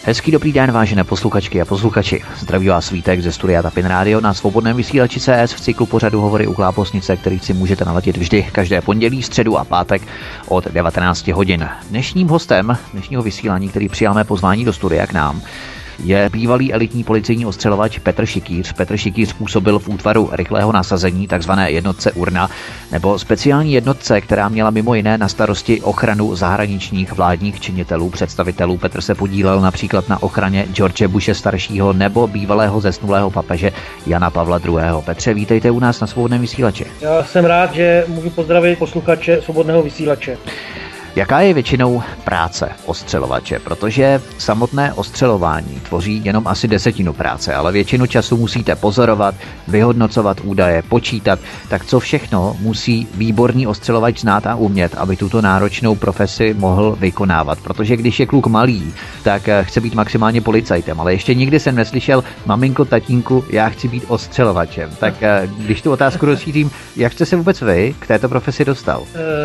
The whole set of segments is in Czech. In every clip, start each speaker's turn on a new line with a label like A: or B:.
A: Hezký dobrý den, vážené posluchačky a posluchači. Zdraví vás Vítek ze studia Tapin Radio na svobodném vysílači CS v cyklu pořadu Hovory u Klábosnice, který si můžete naladět vždy každé pondělí, středu a pátek od 19 hodin. Dnešním hostem dnešního vysílání, který přijal mé pozvání do studia k nám, je bývalý elitní policejní ostřelovač Petr Šikýř. Petr Šikýř působil v útvaru rychlého nasazení, takzvané jednotce URNA, nebo speciální jednotce, která měla mimo jiné na starosti ochranu zahraničních vládních činitelů, představitelů. Petr se podílel například na ochraně George Bushe staršího nebo bývalého zesnulého papeže Jana Pavla II. Petře, vítejte u nás na svobodném vysílači.
B: Já jsem rád, že můžu pozdravit posluchače svobodného vysílače.
A: Jaká je většinou práce ostřelovače? Protože samotné ostřelování tvoří jenom asi 10% práce, ale většinu času musíte pozorovat, vyhodnocovat údaje, počítat. Tak co všechno musí výborný ostřelovač znát a umět, aby tuto náročnou profesi mohl vykonávat? Protože když je kluk malý, tak chce být maximálně policajtem, ale ještě nikdy jsem neslyšel: maminko, tatínku, já chci být ostřelovačem. Tak když tu otázku rozšířím, jak jste se vůbec vy k této profesi dostal?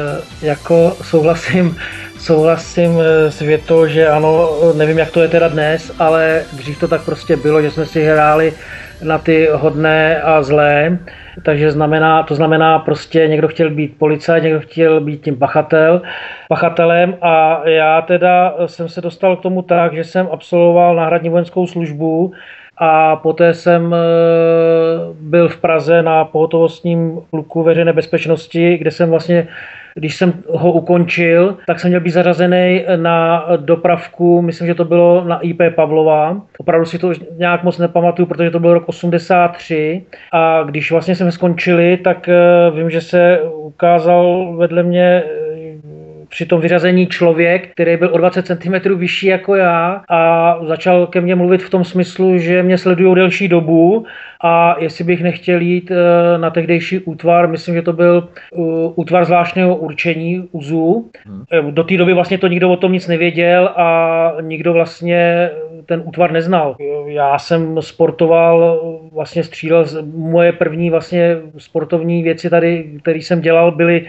B: Souhlasím s větou, že ano, nevím, jak to je teda dnes, ale dřív to tak prostě bylo, že jsme si hráli na ty hodné a zlé, takže to znamená prostě někdo chtěl být policajt, někdo chtěl být tím pachatelem a já teda jsem se dostal k tomu tak, že jsem absolvoval náhradní vojenskou službu a poté jsem byl v Praze na pohotovostním pluku veřejné bezpečnosti, kde jsem vlastně, když jsem ho ukončil, tak jsem měl být zařazený na dopravku, myslím, že to bylo na IP Pavlova. Opravdu si to už nějak moc nepamatuju, protože to byl rok 83 a když vlastně jsme skončili, tak vím, že se ukázal vedle mě při tom vyřazení člověk, který byl o 20 cm vyšší jako já a začal ke mně mluvit v tom smyslu, že mě sledují delší dobu a jestli bych nechtěl jít na tehdejší útvar, myslím, že to byl útvar zvláštního určení UZU. Do té doby vlastně to nikdo o tom nic nevěděl a nikdo vlastně ten útvar neznal. Já jsem sportoval, vlastně střílel, moje první vlastně sportovní věci tady, které jsem dělal, byly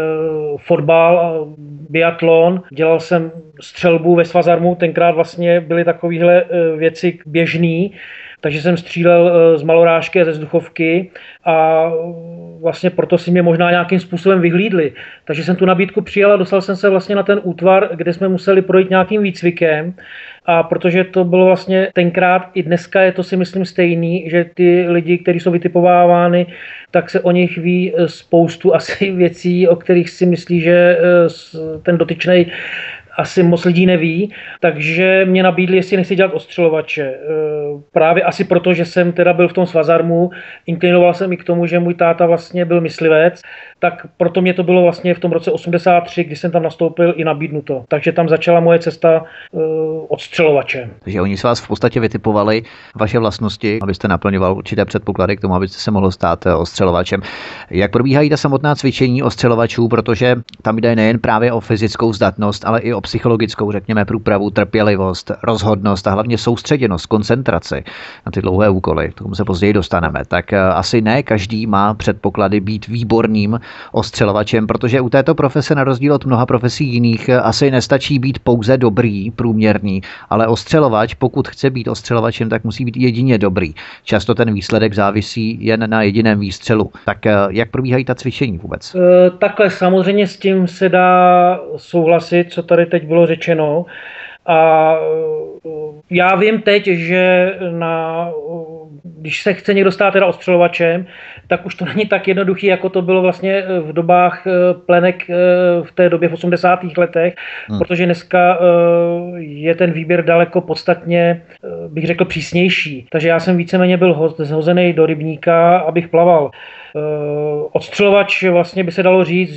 B: fotbal, biatlon, dělal jsem střelbu ve svazarmu, tenkrát vlastně byly takovéhle věci běžný, takže jsem střílel z malorážky a ze vzduchovky a vlastně proto si mě možná nějakým způsobem vyhlídli. Takže jsem tu nabídku přijal a dostal jsem se vlastně na ten útvar, kde jsme museli projít nějakým výcvikem a protože to bylo vlastně tenkrát, i dneska je to si myslím stejný, že ty lidi, kteří jsou vytipovávány, tak se o nich ví spoustu asi věcí, o kterých si myslí, že ten dotyčnej asi moc lidí neví, takže mě nabídli, jestli nechci dělat ostřelovače. Právě asi proto, že jsem teda byl v tom svazarmu, inklinoval jsem i k tomu, že můj táta vlastně byl myslivec, tak proto mě to bylo vlastně v tom roce 83, kdy jsem tam nastoupil, i nabídnuto. Takže tam začala moje cesta odstřelovače.
A: Takže oni se vás v podstatě vytipovali vaše vlastnosti, abyste naplňoval určité předpoklady k tomu, abyste se mohl stát ostřelovačem. Jak probíhají ta samotná cvičení ostřelovačů, protože tam jde nejen právě o fyzickou zdatnost, ale i o psychologickou, řekněme, průpravu, trpělivost, rozhodnost a hlavně soustředěnost, koncentraci na ty dlouhé úkoly. K tomu se později dostaneme. Tak asi ne každý má předpoklady být výborným ostřelovačem, protože u této profese na rozdíl od mnoha profesí jiných asi nestačí být pouze dobrý, průměrný, ale ostřelovač, pokud chce být ostřelovačem, tak musí být jedině dobrý. Často ten výsledek závisí jen na jediném výstřelu. Tak jak probíhají ta cvičení vůbec?
B: Takhle samozřejmě s tím se dá souhlasit, co tady teď bylo řečeno. A já vím teď, že když se chce někdo stát teda ostřelovačem, tak už to není tak jednoduchý, jako to bylo vlastně v dobách plenek v té době v 80. letech, protože dneska je ten výběr daleko podstatně, bych řekl, přísnější. Takže já jsem víceméně byl zhozený do rybníka, abych plaval. Odstřelovač vlastně by se dalo říct,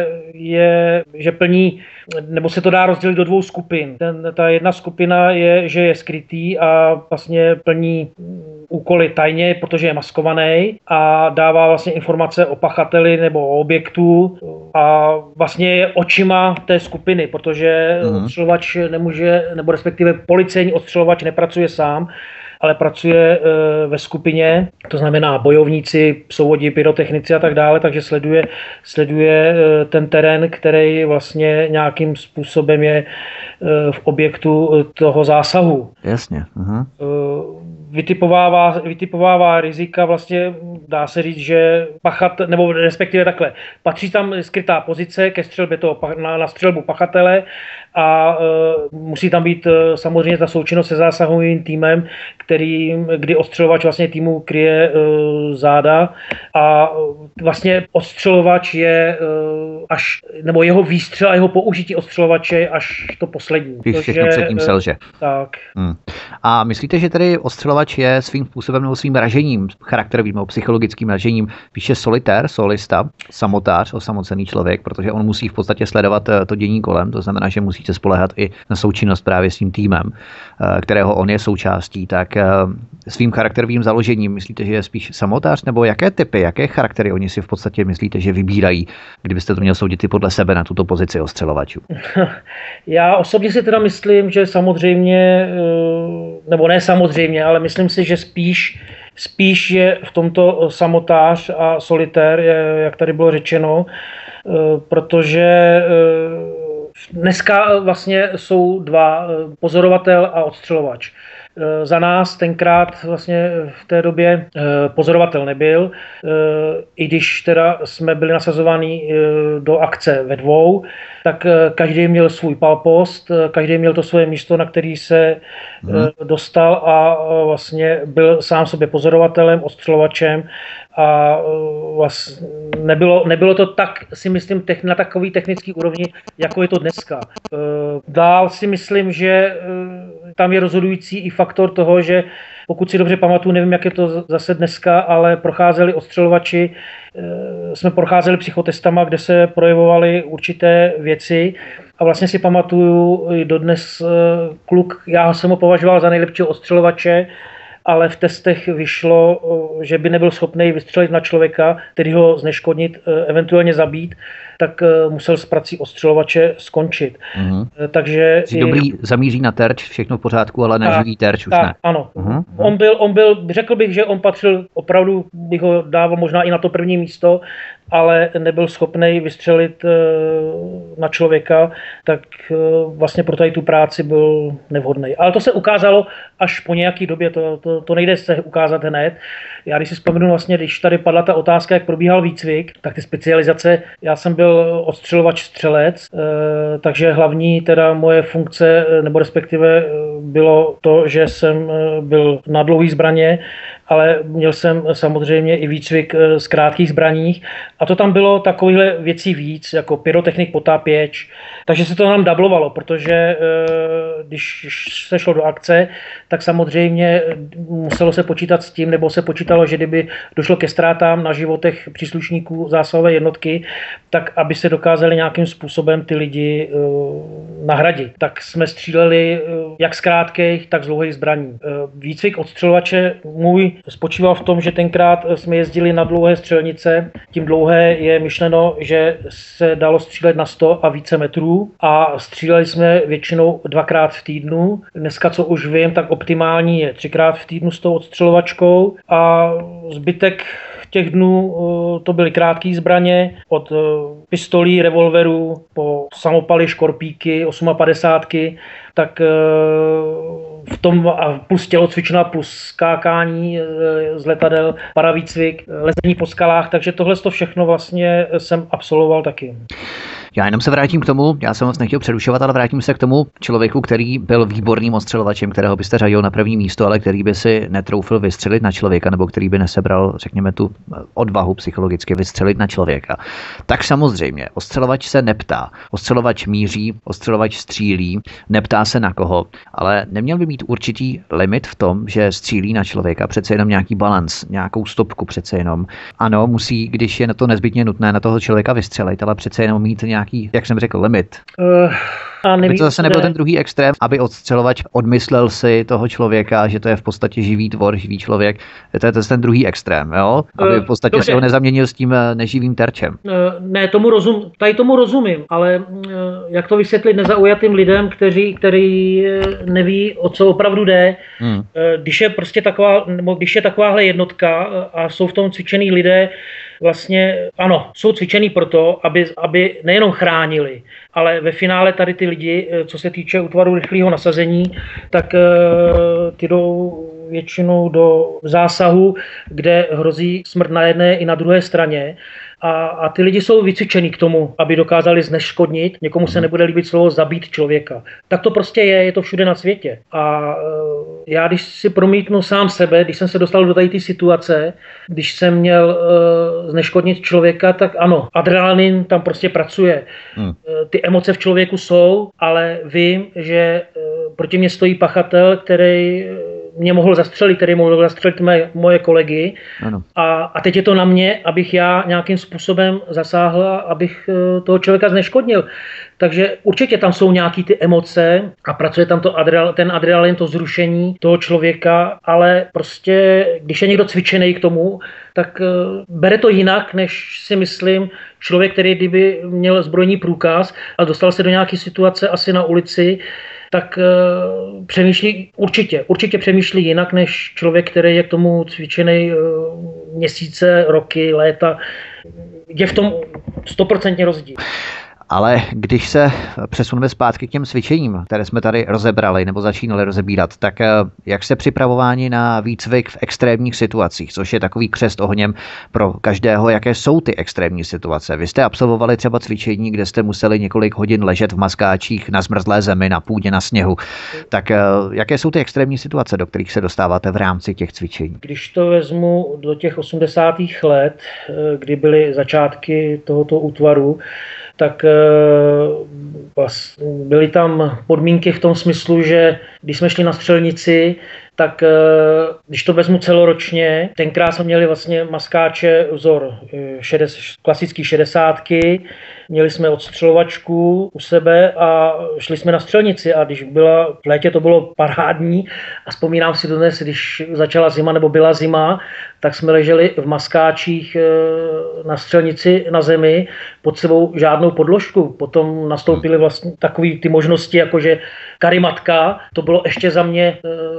B: že plní, nebo se to dá rozdělit do dvou skupin. Ta jedna skupina je, že je skrytý a vlastně plní úkoly tajně, protože je maskovaný a dává vlastně informace o pachateli nebo o objektu a vlastně je očima té skupiny, protože odstřelovač nemůže, nebo respektive policejní odstřelovač nepracuje sám, ale pracuje ve skupině, to znamená bojovníci, psovodí, pyrotechnici a tak dále, takže sleduje ten terén, který vlastně nějakým způsobem je v objektu toho zásahu.
A: Jasně.
B: Vytipovává rizika, vlastně dá se říct, že nebo respektive takhle, patří tam skrytá pozice ke střelbě na střelbu pachatele a musí tam být samozřejmě ta součinnost se zásahovým týmem, kdy ostřelovač vlastně týmu kryje záda a vlastně ostřelovač je nebo jeho výstřel a jeho použití ostřelovače je až to poslední.
A: Všechno předtím selže.
B: Tak.
A: A myslíte, že tedy ostřelovač je svým způsobem nebo svým ražením, charakterovým nebo psychologickým ražením, píše solitér, solista, samotář, osamocený člověk, protože on musí v podstatě sledovat to dění kolem, to znamená, že musí se spoléhat i na součinnost právě s tím týmem, kterého on je součástí, tak svým charakterovým založením myslíte, že je spíš samotář, nebo jaké typy, jaké charaktery oni si v podstatě myslíte, že vybírají, kdybyste to měl soudit i podle sebe na tuto pozici ostřelovačů?
B: Já osobně si teda myslím, že samozřejmě, nebo ne samozřejmě, ale myslím si, že spíš je v tomto samotář a solitér, jak tady bylo řečeno, protože dneska vlastně jsou dva, pozorovatel a odstřelovač. Za nás tenkrát vlastně v té době pozorovatel nebyl, i když teda jsme byli nasazováni do akce ve dvou, tak každý měl svůj palpost, každý měl to svoje místo, na který se dostal a vlastně byl sám sobě pozorovatelem, ostřelovačem a vlastně nebylo to tak, si myslím, na takový technický úrovni, jako je to dneska. Dál si myslím, že tam je rozhodující i faktor toho, že pokud si dobře pamatuju, nevím, jak je to zase dneska, ale procházeli ostřelovači, jsme procházeli psychotestama, kde se projevovaly určité věci a vlastně si pamatuju dodnes kluk, já jsem ho považoval za nejlepšího ostřelovače, ale v testech vyšlo, že by nebyl schopný vystřelit na člověka, tedy ho zneškodnit, eventuálně zabít, tak musel s prací ostřelovače skončit. Takže
A: dobrý, zamíří na terč, všechno v pořádku, ale na živý terč už ne.
B: Ano. On byl, řekl bych, že on patřil opravdu, bych ho dával možná i na to první místo, ale nebyl schopný vystřelit na člověka, tak vlastně pro tady tu práci byl nevhodný. Ale to se ukázalo až po nějaký době, to nejde se ukázat hned. Já když si vzpomenu vlastně, když tady padla ta otázka, jak probíhal výcvik, tak ty specializace, já jsem byl ostřelovač střelec, takže hlavní teda moje funkce, nebo respektive bylo to, že jsem byl na dlouhý zbraně, ale měl jsem samozřejmě i výcvik z krátkých zbraních a to tam bylo takovýchhle věcí víc, jako pyrotechnik, potápěč, takže se to nám dublovalo, protože když se šlo do akce, tak samozřejmě muselo se počítat s tím, nebo se počítalo, že kdyby došlo ke ztrátám na životech příslušníků zásahové jednotky, tak aby se dokázali nějakým způsobem ty lidi nahradit. Tak jsme stříleli jak z krátkých, tak z dlouhých zbraní. Výcvik odstřelovače můj spočíval v tom, že tenkrát jsme jezdili na dlouhé střelnice. Tím dlouhé je myšleno, že se dalo střílet na 100 a více metrů a stříleli jsme většinou 2krát v týdnu. Dneska, co už vím, tak optimální je 3krát v týdnu s tou odstřelovačkou a zbytek těch dnů to byly krátké zbraně, od pistolí, revolverů po samopaly, škorpíky, 58, tak v tom a plus tělocvična, plus skákání z letadel, paravýcvik, lezení po skalách, takže tohle to všechno vlastně jsem absolvoval taky.
A: Já jenom se vrátím k tomu, já jsem vás nechtěl přerušovat, ale vrátím se k tomu člověku, který byl výborným ostřelovačem, kterého byste řadil na první místo, ale který by si netroufl vystřelit na člověka, nebo který by nesebral, řekněme, tu odvahu psychologicky vystřelit na člověka. Tak samozřejmě, ostřelovač se neptá. Ostřelovač míří, ostřelovač střílí, neptá se na koho, ale neměl by mít určitý limit v tom, že střílí na člověka, přece jenom nějaký balans, nějakou stopku přece jenom. Ano, musí, když je na to nezbytně nutné, na toho člověka vystřelit, ale přece jenom mít nějaký, jak jsem řekl, limit?
B: Aby
A: to zase nebyl ten druhý extrém, aby odstřelovač odmyslel si toho člověka, že to je v podstatě živý tvor, živý člověk. To je ten druhý extrém, jo? Aby v podstatě si ho nezaměnil s tím neživým terčem.
B: Ne, tomu rozumím, ale jak to vysvětlit nezaujatým lidem, kteří neví, o co opravdu jde. Když je takováhle jednotka a jsou v tom cvičený lidé, vlastně ano, jsou cvičený proto, aby nejenom chránili, ale ve finále tady ty lidi, co se týče útvaru rychlého nasazení, tak ty jdou většinou do zásahu, kde hrozí smrt na jedné i na druhé straně. A ty lidi jsou vycvičení k tomu, aby dokázali zneškodnit. Někomu se nebude líbit slovo zabít člověka. Tak to prostě je to všude na světě. A já, když si promítnu sám sebe, když jsem se dostal do té situace, když jsem měl zneškodnit člověka, tak ano, adrenalin tam prostě pracuje. Ty emoce v člověku jsou, ale vím, že proti mě stojí pachatel, který mě mohl zastřelit, moje kolegy. Ano. A teď je to na mě, abych já nějakým způsobem zasáhl a abych toho člověka zneškodnil. Takže určitě tam jsou nějaký ty emoce a pracuje tam ten adrenalin, to zrušení toho člověka, ale prostě, když je někdo cvičený k tomu, tak bere to jinak, než si myslím člověk, který kdyby měl zbrojní průkaz a dostal se do nějaké situace asi na ulici, tak přemýšlí určitě přemýšlí jinak než člověk, který je k tomu cvičený měsíce, roky, léta. Je v tom 100% rozdíl.
A: Ale když se přesuneme zpátky k těm cvičením, které jsme tady rozebrali nebo začínali rozebírat, tak jak se připravování na výcvik v extrémních situacích, což je takový křest ohněm pro každého, jaké jsou ty extrémní situace? Vy jste absolvovali třeba cvičení, kde jste museli několik hodin ležet v maskáčích na zmrzlé zemi, na půdě, na sněhu. Tak jaké jsou ty extrémní situace, do kterých se dostáváte v rámci těch cvičení? Když
B: to vezmu do těch 80. let, kdy byly začátky tohoto útvaru, tak byly tam podmínky v tom smyslu, že když jsme šli na střelnici, tak když to vezmu celoročně, tenkrát jsme měli vlastně maskáče vzor klasický 60, měli jsme odstřelovačku u sebe a šli jsme na střelnici a když byla v létě, to bylo parádní a vzpomínám si dnes, když začala zima nebo byla zima, tak jsme leželi v maskáčích na střelnici na zemi, pod sebou žádnou podložku. Potom nastoupily vlastně takové ty možnosti, jakože karimatka, to bylo ještě za mě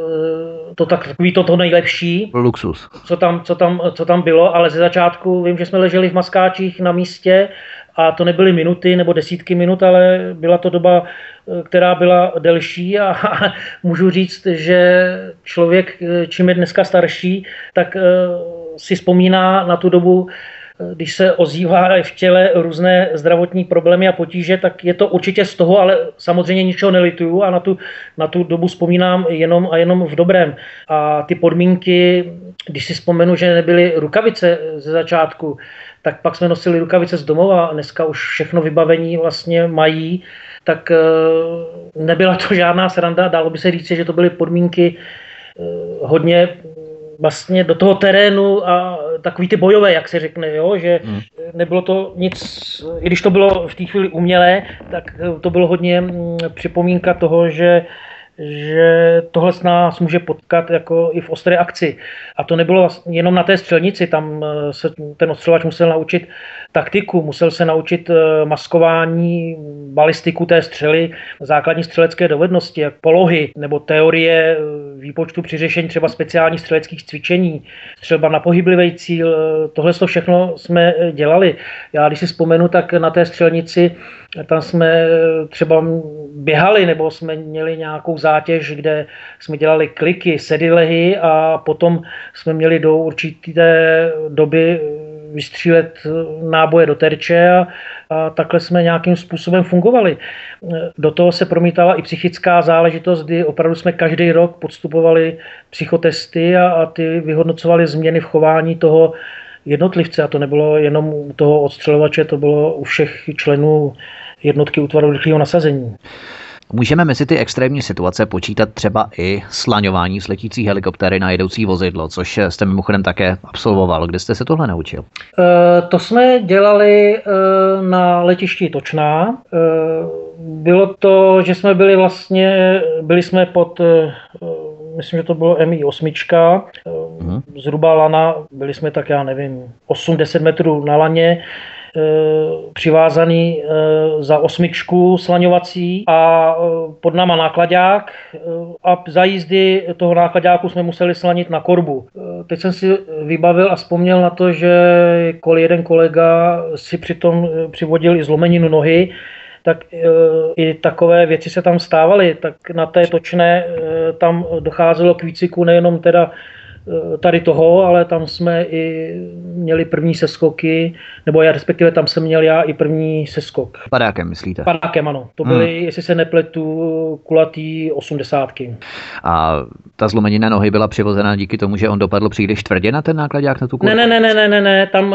B: to nejlepší.
A: Luxus.
B: Co tam bylo, ale ze začátku vím, že jsme leželi v maskáčích na místě a to nebyly minuty nebo desítky minut, ale byla to doba, která byla delší a můžu říct, že člověk, čím je dneska starší, tak si vzpomíná na tu dobu, když se ozývá v těle různé zdravotní problémy a potíže, tak je to určitě z toho, ale samozřejmě ničeho nelituju a na tu dobu vzpomínám jenom v dobrém. A ty podmínky, když si vzpomenu, že nebyly rukavice ze začátku, tak pak jsme nosili rukavice z domova a dneska už všechno vybavení vlastně mají, tak nebyla to žádná sranda, dalo by se říct, že to byly podmínky hodně vlastně do toho terénu a takový ty bojové, jak se řekne, jo? Že nebylo to nic, i když to bylo v té chvíli umělé, tak to bylo hodně připomínka toho, že tohle s nás může potkat jako i v ostré akci. A to nebylo jenom na té střelnici, tam se ten odstřelovač musel naučit taktiku, musel se naučit maskování, balistiku té střely, základní střelecké dovednosti, jak polohy nebo teorie výpočtu při řešení třeba speciálních střeleckých cvičení, střelba na pohyblivý cíl, tohle všechno jsme dělali. Já když si vzpomenu, tak na té střelnici tam jsme třeba běhali nebo jsme měli nějakou zátěž, kde jsme dělali kliky, sedilehy a potom jsme měli do určité doby vystřílet náboje do terče a takhle jsme nějakým způsobem fungovali. Do toho se promítala i psychická záležitost, kdy opravdu jsme každý rok podstupovali psychotesty a ty vyhodnocovali změny v chování toho jednotlivce. A to nebylo jenom u toho odstřelovače, to bylo u všech členů jednotky útvaru rychlého nasazení.
A: Můžeme mezi ty extrémní situace počítat třeba i slaňování s letící helikoptéry na jedoucí vozidlo, což jste mimochodem také absolvoval. Kde jste se tohle naučil?
B: To jsme dělali na letišti Točná. Bylo to, že jsme byli jsme pod, myslím, že to bylo Mi-8, zhruba lana, byli jsme tak, já nevím, 8-10 metrů na laně, přivázaný za 8 slaňovací a pod náma náklaďák a za jízdy toho náklaďáku jsme museli slanit na korbu. Teď jsem si vybavil a vzpomněl na to, že jeden kolega si přitom přivodil i zlomeninu nohy, tak i takové věci se tam stávaly, tak na té Točné tam docházelo k výcviku nejenom teda tady toho, ale tam jsme i měli první seskoky, nebo respektive tam jsem měl já i první seskok.
A: Padákem myslíte?
B: Padákem, ano. To byly, jestli se nepletu, kulatý 80.
A: A ta zlomenina nohy byla přivozena díky tomu, že on dopadl příliš tvrdě na ten náklaďák, na tu kurku?
B: Ne, tam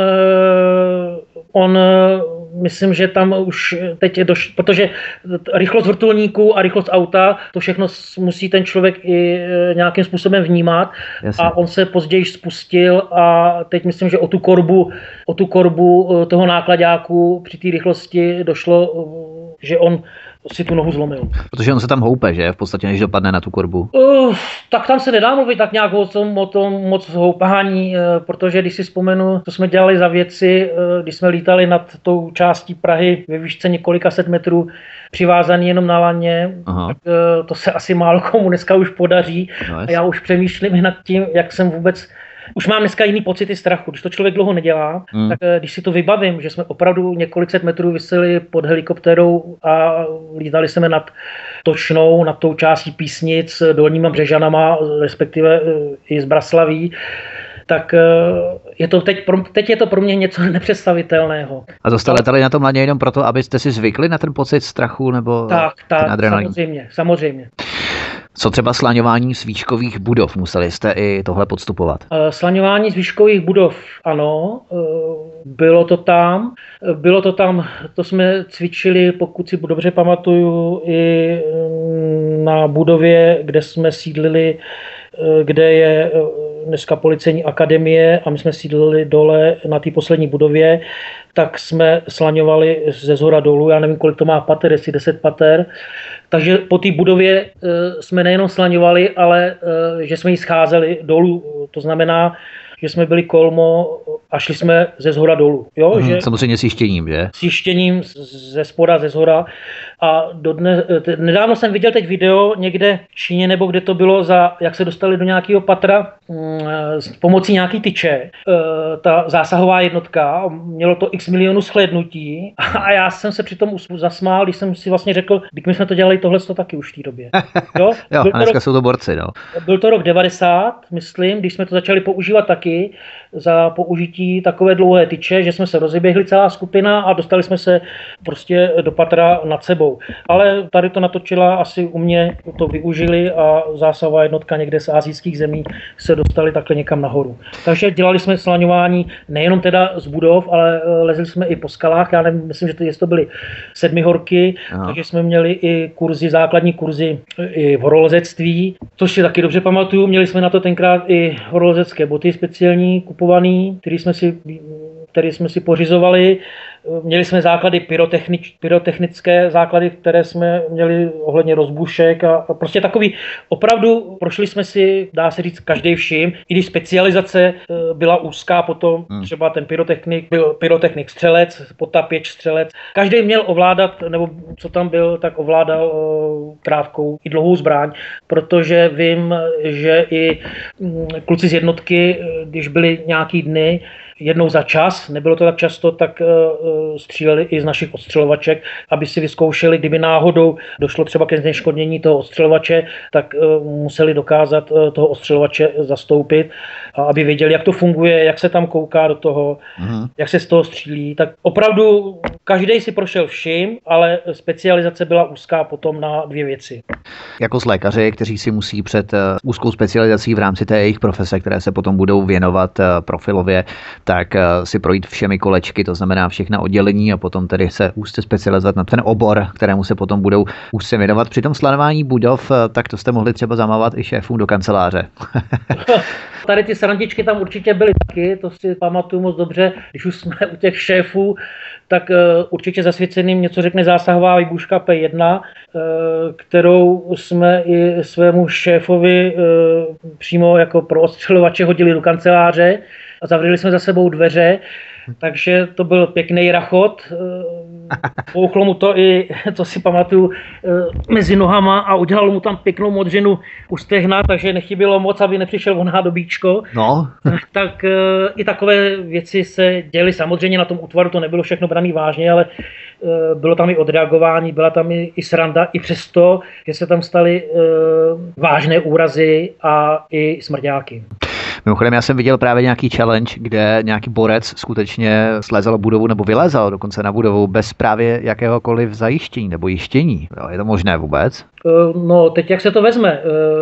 B: on, myslím, že tam už teď je protože rychlost vrtulníků a rychlost auta, to všechno musí ten člověk i nějakým způsobem vnímat. Jasně. A on se později spustil a teď myslím, že o tu korbu toho náklaďáku při té rychlosti došlo, že on si tu nohu zlomil. Protože
A: on se tam houpe, že? V podstatě, než dopadne na tu korbu.
B: Tak tam se nedá mluvit tak nějak o tom moc houpání, protože když si vzpomenu, co jsme dělali za věci, když jsme lítali nad tou částí Prahy ve výšce několika set metrů, přivázaný jenom na laně, tak to se asi málo komu dneska už podaří. No, a já už přemýšlím nad tím, jak jsem vůbec... Už mám dneska jiný pocity strachu. Když to člověk dlouho nedělá, tak když si to vybavím, že jsme opravdu několik set metrů viseli pod helikoptérou a lítali jsme nad Točnou, nad tou částí Písnic, Dolníma Břežanama, respektive i z Braslaví, tak je to teď je to pro mě něco nepředstavitelného.
A: A to jste letali na tom laně jenom proto, abyste si zvykli na ten pocit strachu nebo ten adrenalin?
B: Samozřejmě.
A: Co třeba slaňování z výškových budov? Museli jste i tohle podstupovat?
B: Slaňování z výškových budov, ano. Bylo to tam, to jsme cvičili, pokud si dobře pamatuju, i na budově, kde jsme sídlili, kde je dneska policejní akademie a my jsme sídlili dole na té poslední budově, tak jsme slaňovali ze zhora dolů, já nevím, kolik to má pater, jestli 10 pater. Takže po té budově jsme nejenom slaňovali, ale že jsme ji scházeli dolů. To znamená, že jsme byli kolmo a šli jsme ze zhora dolů. Jo? Že
A: samozřejmě s jištěním, že?
B: S jištěním ze spoda, ze zhora. A nedávno jsem viděl teď video někde v Číně, nebo kde to bylo, jak se dostali do nějakého patra s pomocí nějaký tyče. Ta zásahová jednotka, mělo to x milionů shlédnutí a já jsem se přitom zasmál, když jsem si vlastně řekl, když my jsme to dělali tohle taky už v té době.
A: Jo, a dneska jsou to borci, no.
B: Byl to rok 90, myslím, když jsme to začali používat taky za použití takové dlouhé tyče, že jsme se rozeběhli celá skupina a dostali jsme se prostě do patra nad sebou. Ale tady to natočila, asi u mě to využili a zásahová jednotka někde z asijských zemí se dostali takhle někam nahoru. Takže dělali jsme slaňování nejenom teda z budov, ale lezli jsme i po skalách. Já nevím, myslím, že to byly 7 horky, takže jsme měli i základní kurzy i v horolezectví, což si taky dobře pamatuju. Měli jsme na to tenkrát i horolezecké boty speciální kupovaný, které jsme si pořizovali. Měli jsme základy pyrotechnické základy, které jsme měli ohledně rozbušek a prostě takový, opravdu prošli jsme si, dá se říct, každý vším, i když specializace byla úzká, potom třeba ten pyrotechnik střelec, potapěč střelec. Každý měl ovládat, nebo co tam byl, tak ovládal krátkou i dlouhou zbraň, protože vím, že i kluci z jednotky, když byly nějaký dny, jednou za čas, nebylo to tak často, tak stříleli i z našich odstřelovaček, aby si vyzkoušeli, kdyby náhodou došlo třeba ke zneškodnění toho odstřelovače, tak museli dokázat toho odstřelovače zastoupit, a aby věděli, jak to funguje, jak se tam kouká do toho, jak se z toho střílí. Tak opravdu Každý si prošel vším, ale specializace byla úzká potom na 2 věci.
A: Jako s lékaři, kteří si musí před úzkou specializací v rámci té jejich profese, které se potom budou věnovat profilově, tak si projít všemi kolečky, to znamená všechna oddělení a potom tedy se úzce specializovat na ten obor, kterému se potom budou úzce věnovat. Při tom slanování budov, tak to jste mohli třeba zamávat i šéfům do kanceláře.
B: Tady ty srandičky tam určitě byly taky, to si pamatuju moc dobře, když už jsme u těch šéfů, tak určitě zasvěceným něco řekne zásahová výbuška P1, kterou jsme i svému šéfovi přímo jako pro odstřelovače hodili do kanceláře a zavřeli jsme za sebou dveře, takže to byl pěkný rachot. Pouchlo mu to i, co si pamatuju, mezi nohama a udělalo mu tam pěknou modřinu u stehna, takže nechybělo moc, aby nepřišel on nádobíčko.
A: No.
B: Tak i takové věci se děly. Samozřejmě na tom útvaru to nebylo všechno braný vážně, ale bylo tam i odreagování, byla tam i sranda, i přesto, že se tam staly vážné úrazy a i smrťáky.
A: Mimochodem, já jsem viděl právě nějaký challenge, kde nějaký borec skutečně slézal budovu nebo vylézal dokonce na budovu bez právě jakéhokoliv zajištění nebo jištění. Jo, je to možné vůbec?
B: No, teď jak se to vezme?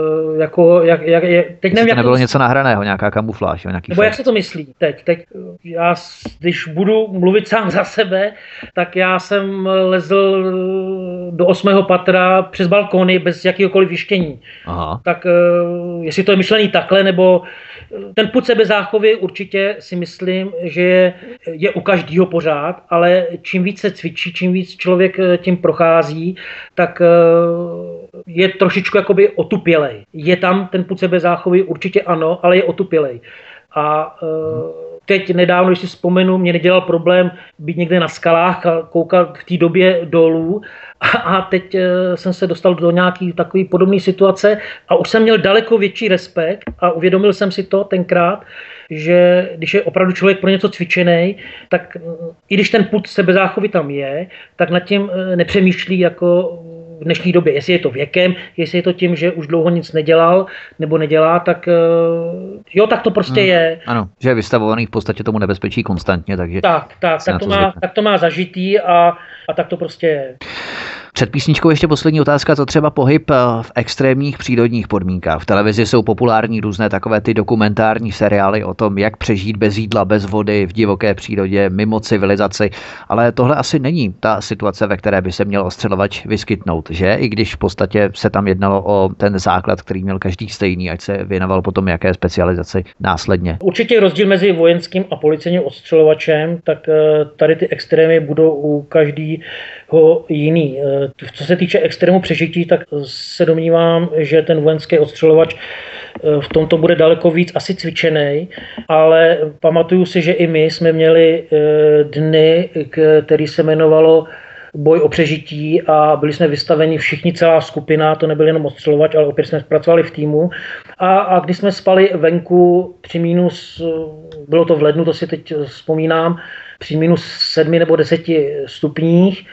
B: Teď nevím,
A: to nebylo něco nahraného, nějaká kamufláž?
B: Nebo jak se to myslí teď? Já, když budu mluvit sám za sebe, tak já jsem lezl do 8. patra přes balkony bez jakéhokoliv jištění.
A: Aha.
B: Tak jestli to je myšlený takhle, nebo ten pud sebezáchovy určitě si myslím, že je u každého pořád, ale čím víc se cvičí, čím víc člověk tím prochází, tak je trošičku jakoby otupělej. Je tam ten pud sebezáchovy, určitě ano, ale je otupělej. A teď nedávno, když si vzpomenu, mě nedělal problém být někde na skalách a koukat v té době dolů. A teď jsem se dostal do nějaký takový podobné situace a už jsem měl daleko větší respekt a uvědomil jsem si to tenkrát, že když je opravdu člověk pro něco cvičený, tak i když ten pud sebezáchovy tam je, tak nad tím nepřemýšlí jako v dnešní době. Jestli je to věkem, jestli je to tím, že už dlouho nic nedělal nebo nedělá, tak jo, tak to prostě je.
A: Ano, že je vystavovaný v podstatě tomu nebezpečí konstantně, takže...
B: Tak to má zažitý a tak to prostě je.
A: Před písničkou ještě poslední otázka, co třeba pohyb v extrémních přírodních podmínkách. V televizi jsou populární různé takové ty dokumentární seriály o tom, jak přežít bez jídla, bez vody, v divoké přírodě, mimo civilizaci. Ale tohle asi není ta situace, ve které by se měl ostřelovač vyskytnout, že? I když v podstatě se tam jednalo o ten základ, který měl každý stejný, ať se věnoval potom jaké specializaci následně.
B: Určitě rozdíl mezi vojenským a policejním ostřelovačem, tak tady ty extrémy budou u každého jiný. Co se týče extrému přežití, tak se domnívám, že ten vojenský ostřelovač v tomto bude daleko víc asi cvičený, ale pamatuju si, že i my jsme měli dny, který se jmenovalo boj o přežití a byli jsme vystaveni všichni, celá skupina, to nebyl jenom ostřelovač, ale opět jsme pracovali v týmu. A když jsme spali venku při minus, bylo to v lednu, to si teď vzpomínám, při minus 7 nebo 10 stupních,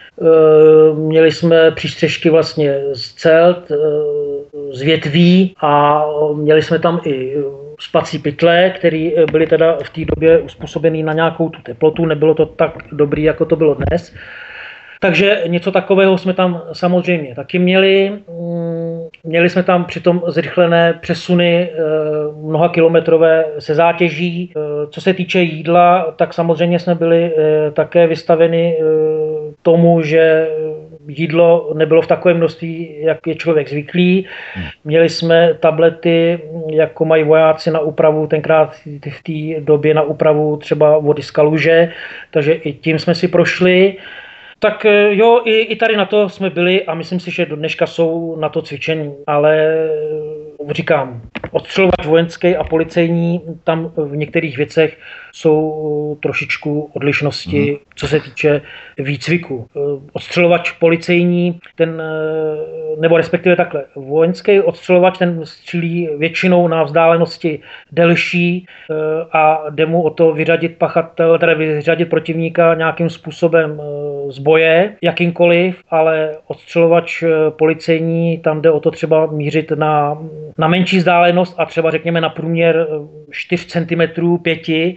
B: měli jsme přístřežky vlastně z celt, z větví a měli jsme tam i spací pytle, které byly teda v té době uspůsobené na nějakou tu teplotu, nebylo to tak dobrý, jako to bylo dnes. Takže něco takového jsme tam samozřejmě taky měli. Měli jsme tam přitom zrychlené přesuny mnoha kilometrové se zátěží. Co se týče jídla, tak samozřejmě jsme byli také vystaveni tomu, že jídlo nebylo v takovém množství, jak je člověk zvyklý. Měli jsme tablety, jako mají vojáci na úpravu, tenkrát v té době na úpravu třeba vody z kaluže, takže i tím jsme si prošli. Tak jo, i tady na to jsme byli a myslím si, že do dneška jsou na to cvičení, ale říkám, odstřelovač vojenský a policejní, tam v některých věcech jsou trošičku odlišnosti, co se týče výcviku. Odstřelovač policejní, ten, nebo respektive takhle, vojenský odstřelovač, ten střílí většinou na vzdálenosti delší a jde mu o to vyřadit pachatel, teda vyřadit protivníka nějakým způsobem z boje, jakýmkoliv, ale odstřelovač policejní, tam jde o to třeba mířit na menší vzdálenost a třeba řekněme na průměr 4 cm, 5,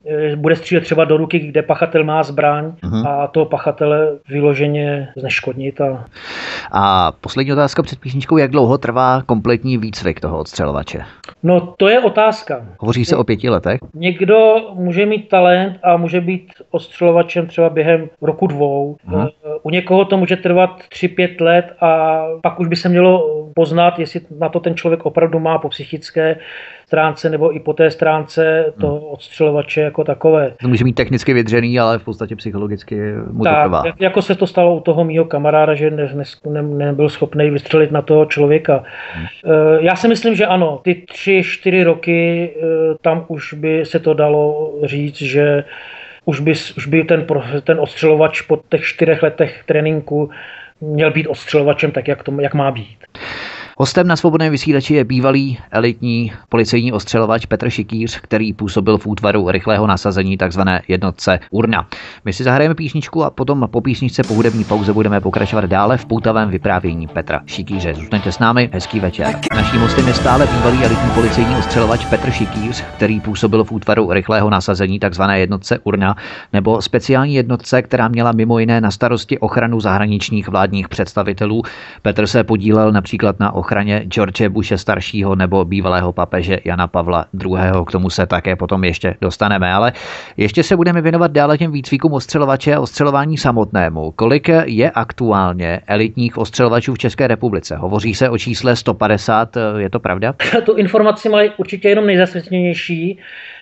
B: bude střílet třeba do ruky, kde pachatel má zbraň a toho pachatele vyloženě zneškodnit.
A: A poslední otázka před písničkou, jak dlouho trvá kompletní výcvik toho odstřelovače?
B: No to je otázka.
A: Hovoří se o 5 letech?
B: Někdo může mít talent a může být odstřelovačem třeba během roku 2. U někoho to může trvat 3-5 let a pak už by se mělo poznat, jestli na to ten člověk opravdu má po psychické stránce nebo i po té stránce toho odstřelovače jako takové.
A: To může mít technicky vydřený, ale v podstatě psychologicky mu to trvá.
B: Tak, jako se to stalo u toho mýho kamaráda, že nebyl schopný vystřelit na toho člověka. Já si myslím, že ano, ty 3-4 roky, tam už by se to dalo říct, že už by ten odstřelovač po těch 4 letech tréninku měl být odstřelovačem tak, jak má být.
A: Hostem na Svobodném vysílači je bývalý elitní policejní ostřelovač Petr Šikýř, který působil v útvaru rychlého nasazení tzv. Jednotce Urna. My si zahrajeme písničku a potom po písničce po hudební pauze budeme pokračovat dále v poutavém vyprávění Petra Šikýře. Zůstaňte s námi, hezký večer. Naším hostem je stále bývalý elitní policejní ostřelovač Petr Šikýř, který působil v útvaru rychlého nasazení tzv. Jednotce Urna, nebo speciální jednotce, která měla mimo jiné na starosti ochranu zahraničních vládních představitelů. Petr se podílel například na ochraně George Bushe staršího nebo bývalého papeže Jana Pavla II. K tomu se také potom ještě dostaneme, ale ještě se budeme věnovat dále těm výcvikům ostřelovače a ostřelování samotnému. Kolik je aktuálně elitních ostřelovačů v České republice? Hovoří se o čísle 150, je to pravda?
B: Tu informaci mají určitě jenom nejzasvětnější.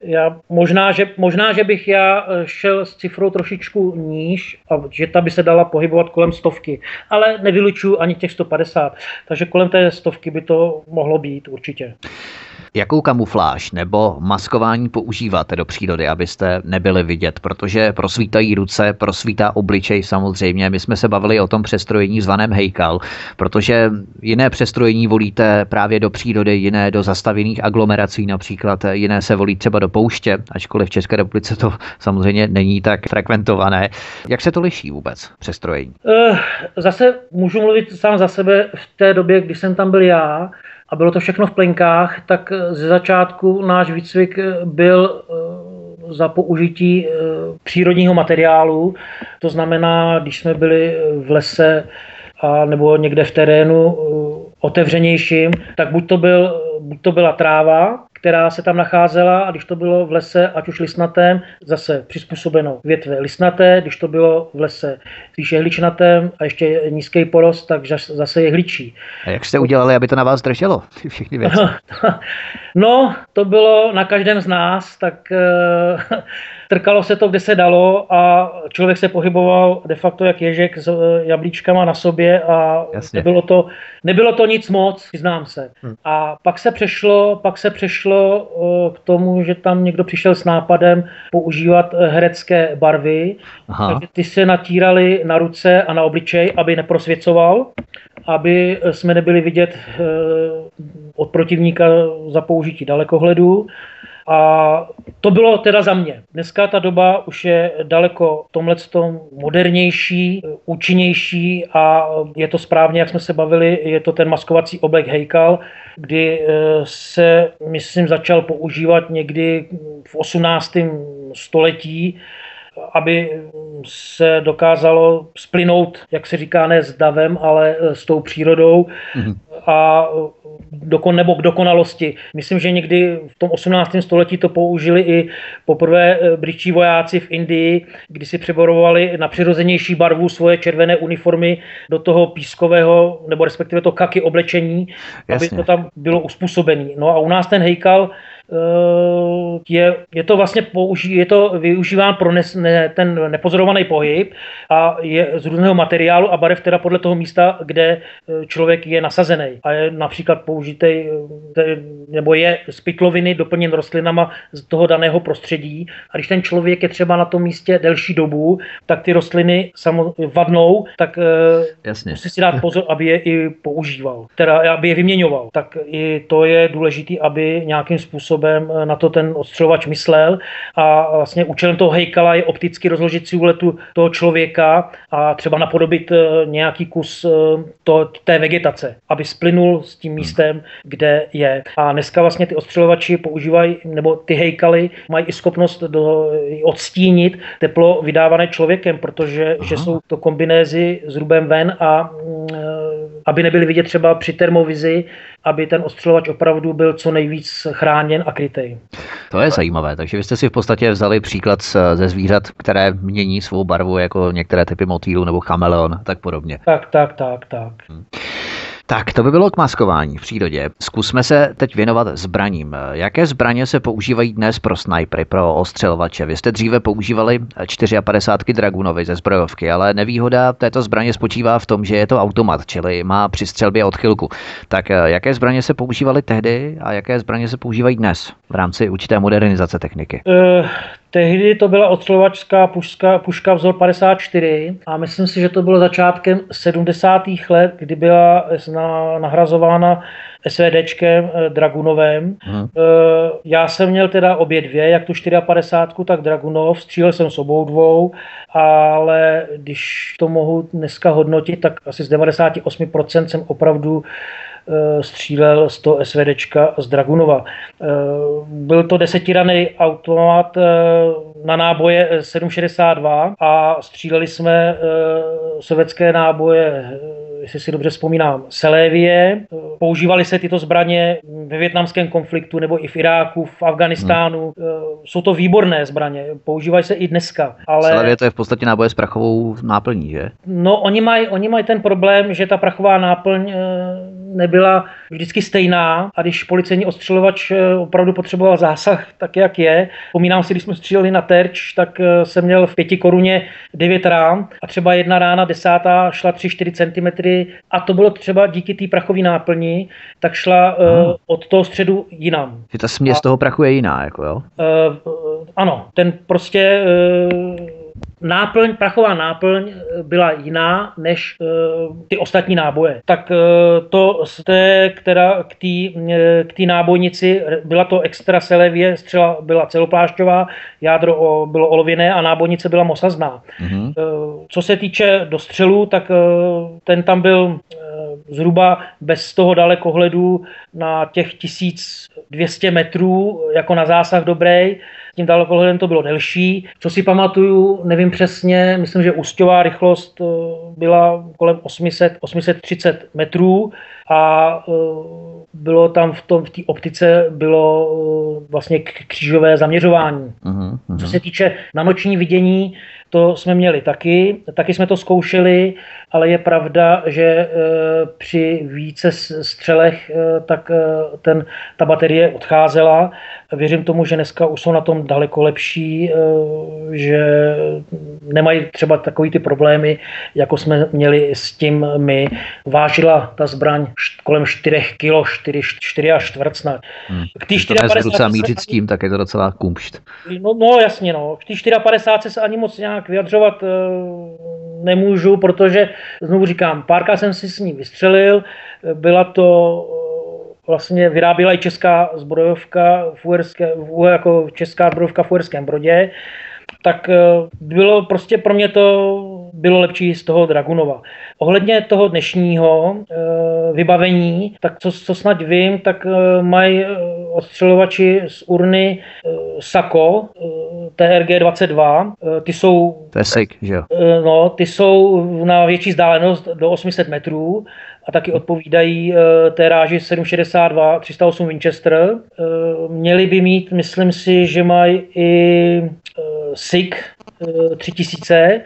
B: Možná, že bych šel s cifrou trošičku níž a že ta by se dala pohybovat kolem 100, ale nevylučuju ani těch 150, takže kolem té 100 by to mohlo být určitě.
A: Jakou kamufláž nebo maskování používáte do přírody, abyste nebyli vidět? Protože prosvítají ruce, prosvítá obličej samozřejmě. My jsme se bavili o tom přestrojení zvaném hejkal, protože jiné přestrojení volíte právě do přírody, jiné do zastavěných aglomerací například, jiné se volí třeba do pouště, ačkoliv v České republice to samozřejmě není tak frekventované. Jak se to liší vůbec přestrojení?
B: Zase můžu mluvit sám za sebe. V té době, kdy jsem tam byl já, a bylo to všechno v plenkách, tak ze začátku náš výcvik byl za použití přírodního materiálu. To znamená, když jsme byli v lese a nebo někde v terénu otevřenějším, tak buď to byla tráva, která se tam nacházela, a když to bylo v lese, ať už listnatém, zase přizpůsobeno větve listnaté, když to bylo v lese spíše jehličnatém a ještě nízký porost, tak zase jehličí.
A: A jak jste udělali, aby to na vás drželo, ty všechny věci?
B: No, to bylo na každém z nás, tak trkalo se to, kde se dalo, a člověk se pohyboval de facto jak ježek s jablíčkama na sobě a nebylo to nic moc, přiznám se. A pak se přešlo k tomu, že tam někdo přišel s nápadem používat herecké barvy. Takže ty se natíraly na ruce a na obličej, aby neprosvěcoval, aby jsme nebyli vidět od protivníka za použití dalekohledu. A to bylo teda za mě. Dneska ta doba už je daleko tomhletom modernější, účinnější a je to správně, jak jsme se bavili, je to ten maskovací oblek hejkal, kdy se, myslím, začal používat někdy v 18. století, aby se dokázalo splynout, jak se říká, ne s davem, ale s tou přírodou a nebo k dokonalosti. Myslím, že někdy v tom 18. století to použili i poprvé britští vojáci v Indii, kdy si přeborovali na přirozenější barvu svoje červené uniformy do toho pískového, nebo respektive to khaki oblečení, aby to tam bylo uspůsobené. No a u nás ten hejkal je to vlastně využíván pro ten nepozorovaný pohyb a je z různého materiálu a barev teda podle toho místa, kde člověk je nasazený. A je například použitý, nebo je z pytloviny doplněn rostlinama z toho daného prostředí. A když ten člověk je třeba na tom místě delší dobu, tak ty rostliny vadnou, tak musí si dát pozor, aby je i používal, teda aby je vyměňoval. Tak i to je důležité, aby nějakým způsobem na to ten odstřelovač myslel, a vlastně účelem toho hejkala je opticky rozložit siluetu toho člověka a třeba napodobit nějaký kus té vegetace, aby splynul s tím místem, kde je. A dneska vlastně ty ostřelovači používají, nebo ty hejkaly mají i schopnost odstínit teplo vydávané člověkem, protože že jsou to kombinézy s hrubem ven a aby nebyly vidět třeba při termovizi, aby ten ostřelovač opravdu byl co nejvíc chráněn a krytej.
A: To je zajímavé, takže vy jste si v podstatě vzali příklad ze zvířat, které mění svou barvu jako některé typy motýlů nebo chameleon a tak podobně.
B: Tak.
A: Tak, to by bylo k maskování v přírodě. Zkusme se teď věnovat zbraním. Jaké zbraně se používají dnes pro snajpery, pro ostřelovače? Vy jste dříve používali 54 Dragunovy ze zbrojovky, ale nevýhoda této zbraně spočívá v tom, že je to automat, čili má při střelbě odchylku. Tak jaké zbraně se používaly tehdy a jaké zbraně se používají dnes v rámci určité modernizace techniky?
B: Tehdy to byla ostřelovačská puška vzor 54 a myslím si, že to bylo začátkem 70. let, kdy byla nahrazována SVDčkem Dragunovem. Já jsem měl teda obě dvě, jak tu 54, tak Dragunov, střílel jsem s obou dvou, ale když to mohu dneska hodnotit, tak asi z 98% jsem opravdu střílel z toho SVDčka z Dragunova. Byl to 10raný automat na náboje 7,62 a stříleli jsme sovětské náboje, jestli si dobře vzpomínám, Selévie. Používali se tyto zbraně ve vietnamském konfliktu nebo i v Iráku, v Afghánistánu. Jsou to výborné zbraně, používají se i dneska. Ale
A: Selévie to je v podstatě náboje s prachovou náplní, že?
B: No, oni mají ten problém, že ta prachová náplň nebyla vždycky stejná a když policejní ostřelovač opravdu potřeboval zásah tak, jak je. Vzpomínám si, když jsme stříleli na terč, tak jsem měl v 5 koruně 9 rán a třeba jedna rána 10. šla 3-4 cm a to bylo třeba díky té prachové náplni, tak šla od toho středu jinam.
A: Že ta směs toho prachu je jiná, jako jo?
B: Ano, ten prostě prachová náplň byla jiná než ty ostatní náboje. Tak to k té nábojnici byla to extra Selévie, střela byla celoplášťová, jádro bylo olověné a nábojnice byla mosazná. Co se týče dostřelu, tak ten tam byl zhruba bez toho dalekohledu na těch 1200 metrů, jako na zásah dobrý. Tím dalekohledem to bylo delší. Co si pamatuju, nevím přesně, myslím, že úsťová rychlost byla kolem 830 metrů a bylo tam v té optice bylo vlastně křížové zaměřování. Co se týče na noční vidění, to jsme měli taky jsme to zkoušeli, ale je pravda, že při více střelech tak ta baterie odcházela. Věřím tomu, že dneska už jsou na tom daleko lepší, že nemají třeba takový ty problémy, jako jsme měli s tím my. Vážila ta zbraň kolem 4 kg, 4 až čtvrt snad.
A: K té 54 mířit s tím, tak je to docela kumšt.
B: No jasně, no. K té 54 se ani moc nějak vyjadřovat nemůžu, protože znovu říkám, párkrát jsem si s ní vystřelil, byla to vlastně vyráběla i česká zbrojovka jako česká zbrojovka v Uherském Brodě, tak bylo prostě pro mě to bylo lepší z toho Dragunova. Ohledně toho dnešního vybavení, tak co snad vím, tak mají odstřelovači z urny Sako TRG-22. Ty jsou...
A: To je SIG, že jo?
B: No, ty jsou na větší vzdálenost do 800 metrů a taky odpovídají té ráži 7,62 308 Winchester. Měli by mít, myslím si, že mají i SIG 3000.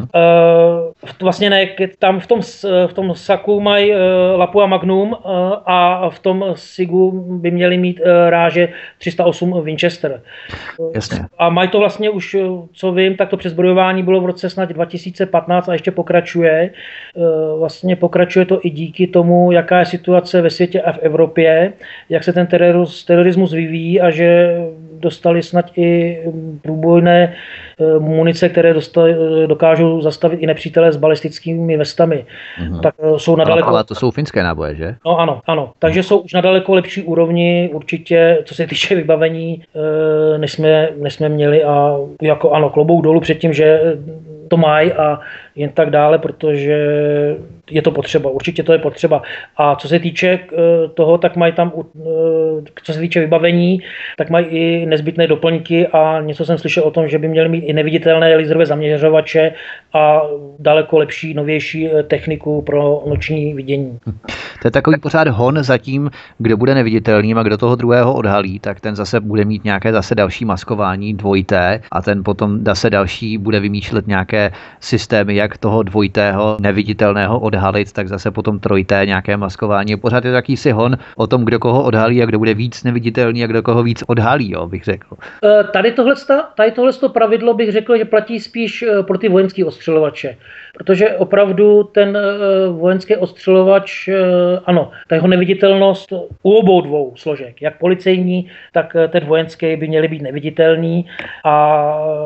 B: Vlastně ne, tam v tom Saku mají Lapua Magnum a v tom SIGu by měli mít ráže 308 Winchester.
A: Jasně.
B: A mají to vlastně už, co vím, tak to přezbrojování bylo v roce snad 2015 a ještě pokračuje. Vlastně pokračuje to i díky tomu, jaká je situace ve světě a v Evropě, jak se ten terorismus vyvíjí a že dostali snad i průbojné munice, které dokážou zastavit i nepřítele s balistickými vestami. Tak jsou nadaleko...
A: Ale to jsou finské náboje, že?
B: No ano. Takže jsou už na daleko lepší úrovni určitě, co se týče vybavení, než jsme měli a jako ano, klobouk dolů před tím, že to mají a jen tak dále, protože je to potřeba, určitě to je potřeba. A co se týče toho, tak mají tam, co se týče vybavení, tak mají i nezbytné doplňky a něco jsem slyšel o tom, že by měli mít i neviditelné laserové zaměřovače a daleko lepší, novější techniku pro noční vidění.
A: To je takový pořád hon za tím, kdo bude neviditelným a kdo toho druhého odhalí, tak ten zase bude mít nějaké zase další maskování dvojité a ten potom zase další bude vymýšlet nějaké systémy, jak toho dvojitého neviditelného odhalit, tak zase potom trojité nějaké maskování. Pořád je takový si hon o tom, kdo koho odhalí a kdo bude víc neviditelný a kdo koho víc odhalí, jo, bych řekl.
B: Tady tohle pravidlo bych řekl, že platí spíš pro ty vojenské ostřelovače. Protože opravdu ten vojenský ostřelovač, ano, ta jeho neviditelnost u obou dvou složek, jak policejní, tak ten vojenský by měly být neviditelný a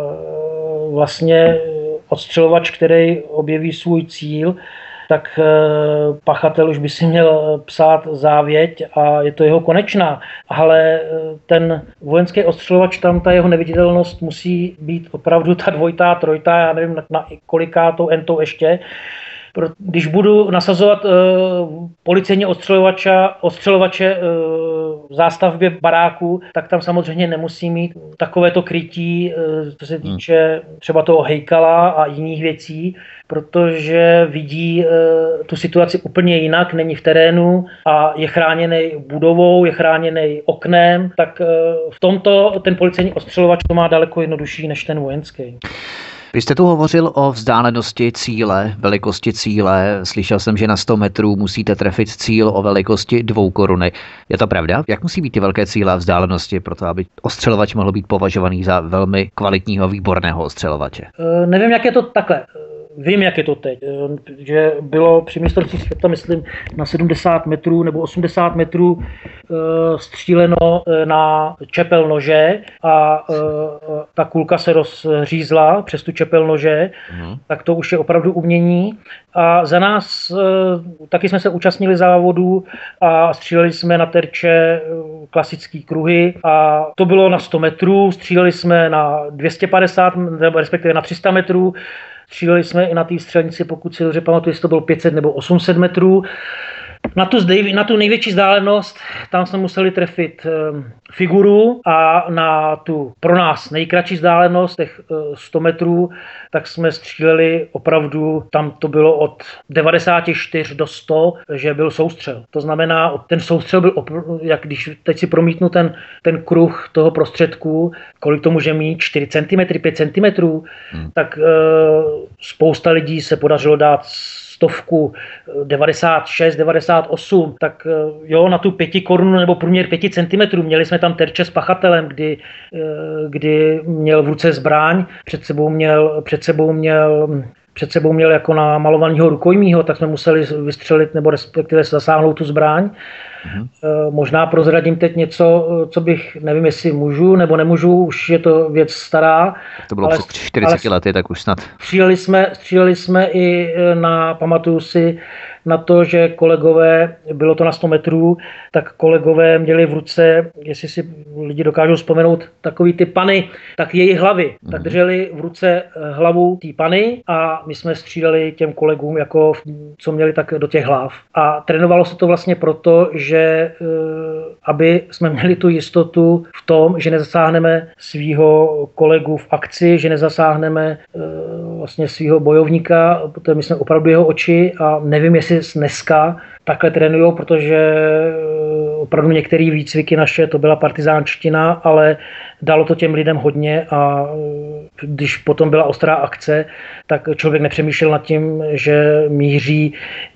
B: vlastně ostřelovač, který objeví svůj cíl, tak pachatel už by si měl psát závěť a je to jeho konečná. Ale ten vojenský ostřelovač, tam ta jeho neviditelnost musí být opravdu ta dvojitá, trojitá, já nevím na kolikátou entou ještě. Když budu nasazovat policejní ostřelovače v zástavbě baráku, tak tam samozřejmě nemusí mít takovéto krytí, co se týče třeba toho hejkala a jiných věcí, protože vidí tu situaci úplně jinak, není v terénu a je chráněný budovou, je chráněný oknem, tak v tomto ten policejní ostřelovač to má daleko jednodušší než ten vojenský.
A: Vy jste tu hovořil o vzdálenosti cíle, velikosti cíle. Slyšel jsem, že na 100 metrů musíte trefit cíl o velikosti 2 koruny. Je to pravda? Jak musí být ty velké cíle a vzdálenosti pro to, aby ostřelovač mohl být považovaný za velmi kvalitního, výborného ostřelovače?
B: Nevím, jak je to takhle. Vím, jak je to teď, že bylo při mistrovství světa, myslím, na 70 metrů nebo 80 metrů stříleno na čepel nože a ta kulka se rozřízla přes tu čepel nože, tak to už je opravdu umění. A za nás taky jsme se účastnili závodů a stříleli jsme na terče klasický kruhy a to bylo na 100 metrů, stříleli jsme na 250, respektive na 300 metrů, stříleli jsme i na té střelnici, pokud si dobře pamatuju, jestli to bylo 500 nebo 800 metrů. Na tu největší vzdálenost tam jsme museli trefit figuru a na tu pro nás nejkratší vzdálenost, těch 100 metrů, tak jsme stříleli opravdu, tam to bylo od 94 do 100, že byl soustřel. To znamená, ten soustřel byl, jak když teď si promítnu ten kruh toho prostředku, kolik to může mít, 4 cm, 5 cm, tak spousta lidí se podařilo dát 100, 96, 98, tak jo, na tu 5 korun nebo průměr 5 cm měli jsme tam terče s pachatelem, kdy měl v ruce zbraň, před sebou měl jako na malovaného rukojmího, tak jsme museli vystřelit nebo respektive zasáhnout tu zbraň. Možná prozradím teď něco, co bych, nevím, jestli můžu nebo nemůžu, už je to věc stará.
A: To bylo před 40 lety, tak už snad.
B: Stříleli jsme i pamatuju si na to, že kolegové, bylo to na 100 metrů, tak kolegové měli v ruce, jestli si lidi dokážou vzpomenout, takový ty pany, tak její hlavy. Tak drželi v ruce hlavu té pany a my jsme stříleli těm kolegům, jako co měli tak do těch hlav. A trénovalo se to vlastně proto, že aby jsme měli tu jistotu v tom, že nezasáhneme svýho kolegu v akci, že nezasáhneme vlastně svýho bojovníka, protože my jsme opravdu jeho oči a nevím, jestli dneska takhle trénujou, protože opravdu některé výcviky naše, to byla partizánština, ale dalo to těm lidem hodně a když potom byla ostrá akce, tak člověk nepřemýšlel nad tím, že míří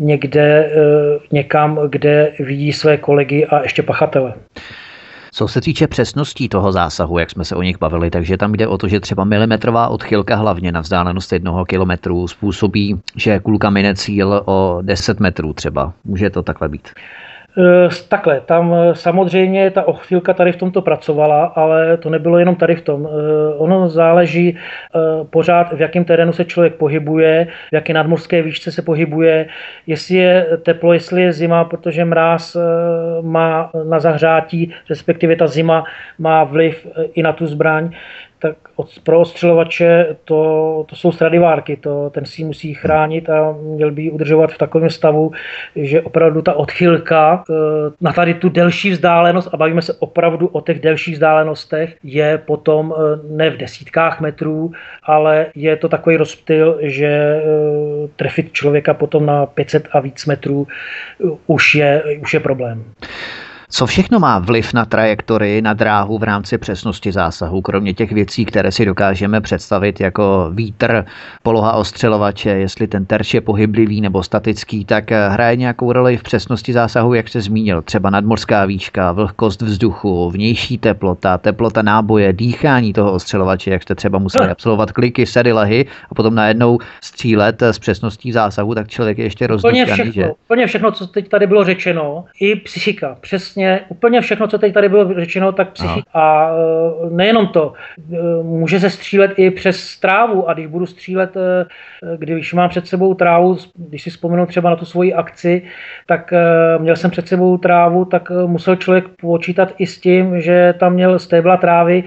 B: někam, kde vidí své kolegy a ještě pachatele.
A: Co se týče přesností toho zásahu, jak jsme se o nich bavili, takže tam jde o to, že třeba milimetrová odchylka hlavně na vzdálenost 1 kilometru způsobí, že kulka mine cíl o 10 metrů třeba. Může to takhle být?
B: Takhle, tam samozřejmě ta odchylka tady v tomto pracovala, ale to nebylo jenom tady v tom. Ono záleží pořád, v jakém terénu se člověk pohybuje, v jaké nadmořské výšce se pohybuje, jestli je teplo, jestli je zima, protože mráz má na zahřátí, respektive ta zima má vliv i na tu zbraň. tak pro ostřelovače to jsou Stradivárky, ten si musí chránit a měl by ji udržovat v takovém stavu, že opravdu ta odchylka na tady tu delší vzdálenost, a bavíme se opravdu o těch delších vzdálenostech, je potom ne v desítkách metrů, ale je to takový rozptyl, že trefit člověka potom na 500 a víc metrů už je problém.
A: Co všechno má vliv na trajektorii, na dráhu v rámci přesnosti zásahu, kromě těch věcí, které si dokážeme představit jako vítr, poloha ostřelovače, jestli ten terč je pohyblivý nebo statický, tak hraje nějakou roli v přesnosti zásahu, jak jste zmínil, třeba nadmořská výška, vlhkost vzduchu, vnější teplota náboje, dýchání toho ostřelovače, jak jste třeba museli absolvovat kliky, sedy, lehy a potom najednou střílet s přesností zásahu, tak člověk je ještě rozdýchaný.
B: Úplně všechno, co teď tady bylo řečeno, i psychika, úplně všechno, co teď tady bylo řečeno, tak psychika. A nejenom to, může se střílet i přes trávu, a když budu střílet, když mám před sebou trávu, když si vzpomenu třeba na tu svoji akci, tak měl jsem před sebou trávu, tak musel člověk počítat i s tím, že tam měl stébla trávy,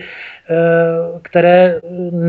B: které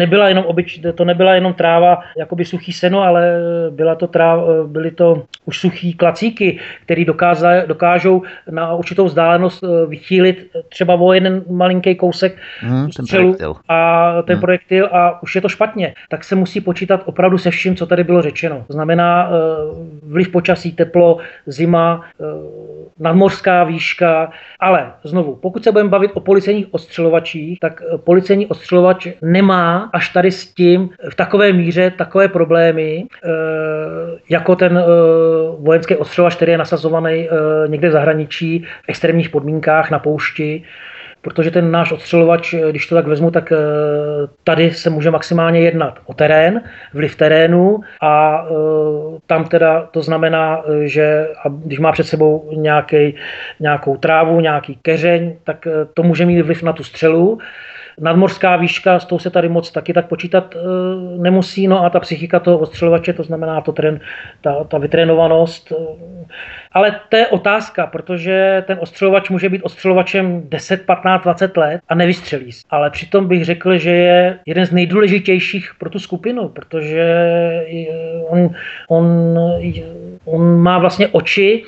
B: to nebyla jenom tráva, jakoby suchý seno, ale byly to už suchý klacíky, které dokážou na určitou vzdálenost vychýlit třeba o jeden malinký kousek střelu a ten projektil a už je to špatně. Tak se musí počítat opravdu se vším, co tady bylo řečeno. To znamená vliv počasí, teplo, zima, nadmořská výška, ale znovu, pokud se budeme bavit o policejních ostřelovačích, tak policejní ostřelovač nemá až tady s tím v takové míře takové problémy, jako ten vojenský ostřelovač, který je nasazovaný někde v zahraničí v extrémních podmínkách na poušti, protože ten náš ostřelovač, když to tak vezmu, tak tady se může maximálně jednat o terén, vliv terénu a tam teda to znamená, že když má před sebou nějakou trávu, nějaký keřeň, tak to může mít vliv na tu střelu. Nadmořská výška, s tou se tady moc taky tak počítat nemusí, no a ta psychika toho ostřelovače, to znamená ta vytrénovanost. Ale to je otázka, protože ten ostřelovač může být ostřelovačem 10, 15, 20 let a nevystřelí. Ale přitom bych řekl, že je jeden z nejdůležitějších pro tu skupinu, protože on má vlastně oči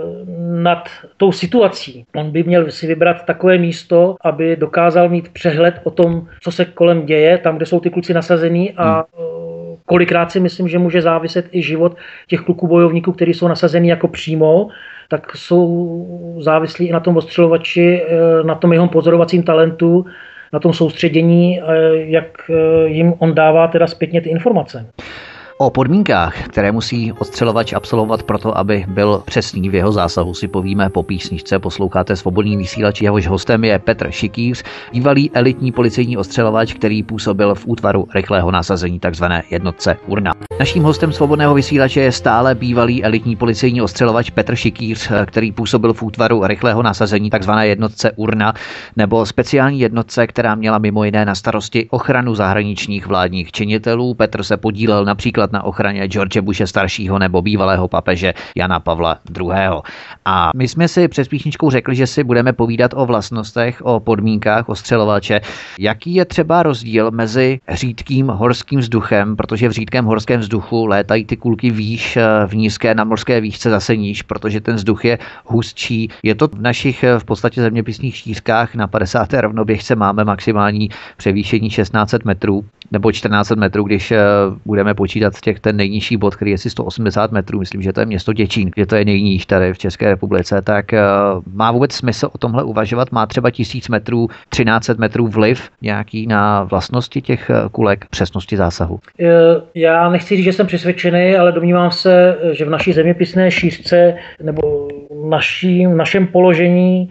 B: nad tou situací. On by měl si vybrat takové místo, aby dokázal mít přehled o tom, co se kolem děje, tam, kde jsou ty kluci nasazení a kolikrát si myslím, že může záviset i život těch kluků bojovníků, kteří jsou nasazení jako přímo, tak jsou závislí i na tom ostřelovači, na tom jeho pozorovacím talentu, na tom soustředění, jak jim on dává teda zpětně ty informace.
A: O podmínkách, které musí ostřelovač absolvovat proto, aby byl přesný v jeho zásahu, si povíme po písničce. Posloucháte Svobodný vysílač, jehož hostem je Petr Šikýř, bývalý elitní policejní ostřelovač, který působil v útvaru rychlého nasazení, takzvané jednotce Urna. Naším hostem Svobodného vysílače je stále bývalý elitní policejní ostřelovač Petr Šikýř, který působil v útvaru rychlého nasazení, takzvané jednotce Urna, nebo speciální jednotce, která měla mimo jiné na starosti ochranu zahraničních vládních činitelů. Petr se podílel například na ochraně George Bushe staršího nebo bývalého papeže Jana Pavla II. A my jsme si před písničkou řekli, že si budeme povídat o vlastnostech, o podmínkách ostřelovače. Jaký je třeba rozdíl mezi řídkým horským vzduchem, protože v řídkém horském vzduchu létají ty kulky výš, v nízké nadmořské výšce zase níž, protože ten vzduch je hustší. Je to v našich v podstatě zeměpisných šířkách na 50. rovnoběžce máme maximální převýšení 1600 metrů nebo 1400 metrů, když budeme počítat ten nejnižší bod, který je asi 180 metrů, myslím, že to je město Děčín, že to je nejníž tady v České republice, tak má vůbec smysl o tomhle uvažovat? Má třeba 1000 metrů, 1300 metrů vliv nějaký na vlastnosti těch kulek, přesnosti zásahu?
B: Já nechci říct, že jsem přesvědčený, ale domnívám se, že v naší zeměpisné šířce nebo našem položení,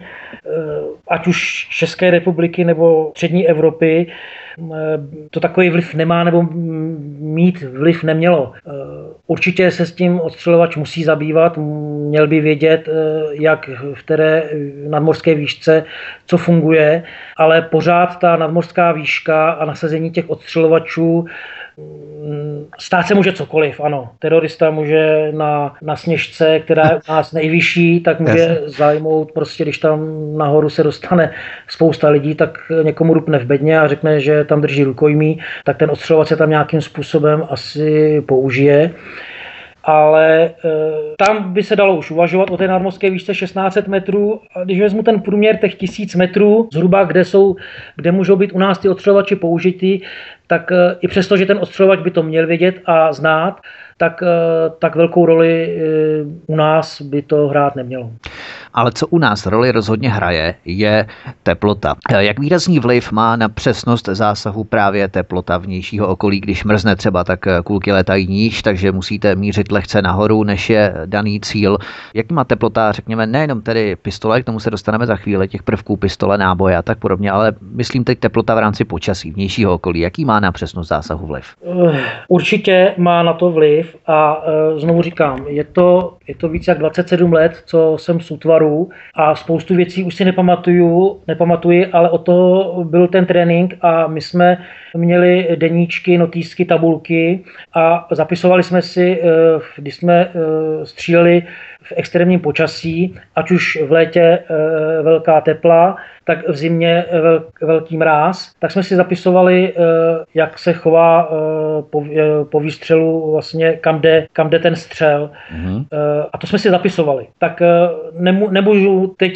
B: ať už České republiky nebo střední Evropy, to takový vliv nemá nebo mít vliv nemělo. Určitě se s tím ostřelovač musí zabývat, měl by vědět, jak v které nadmořské výšce co funguje, ale pořád ta nadmořská výška a nasazení těch odstřelovačů, stát se může cokoliv, ano. Terorista může na Sněžce, která je u nás nejvyšší, tak může zajmout, prostě když tam nahoru se dostane spousta lidí, tak někomu rupne v bedně a řekne, že tam drží rukojmí, tak ten odstřelovač se tam nějakým způsobem asi použije. Ale tam by se dalo už uvažovat o té nadmořské výšce 1600 metrů. A když vezmu ten průměr těch 1000 metrů, zhruba kde můžou být u nás ty odstřelovači použity, tak i přesto, že ten odstřelovač by to měl vědět a znát, tak velkou roli u nás by to hrát nemělo.
A: Ale co u nás roli rozhodně hraje, je teplota. Jak výrazný vliv má na přesnost zásahu právě teplota vnějšího okolí, když mrzne třeba, tak kulky letají níž, takže musíte mířit lehce nahoru, než je daný cíl. Jaký má teplota, řekněme, nejenom tedy pistole, k tomu se dostaneme za chvíli, těch prvků pistole, náboje a tak podobně, ale myslím teď teplota v rámci počasí, vnějšího okolí. Jaký má na přesnost zásahu vliv?
B: Určitě má na to vliv a znovu říkám, je to víc jak 27 let, co jsem z útvaru a spoustu věcí už si nepamatuji, ale od toho byl ten trénink a my jsme měli deníčky, notýsky, tabulky a zapisovali jsme si, když jsme stříleli v extrémním počasí, ať už v létě velká tepla, tak v zimě velký mráz, tak jsme si zapisovali, jak se chová po výstřelu vlastně, kam jde ten střel. Mm-hmm. A to jsme si zapisovali. Tak nemůžu teď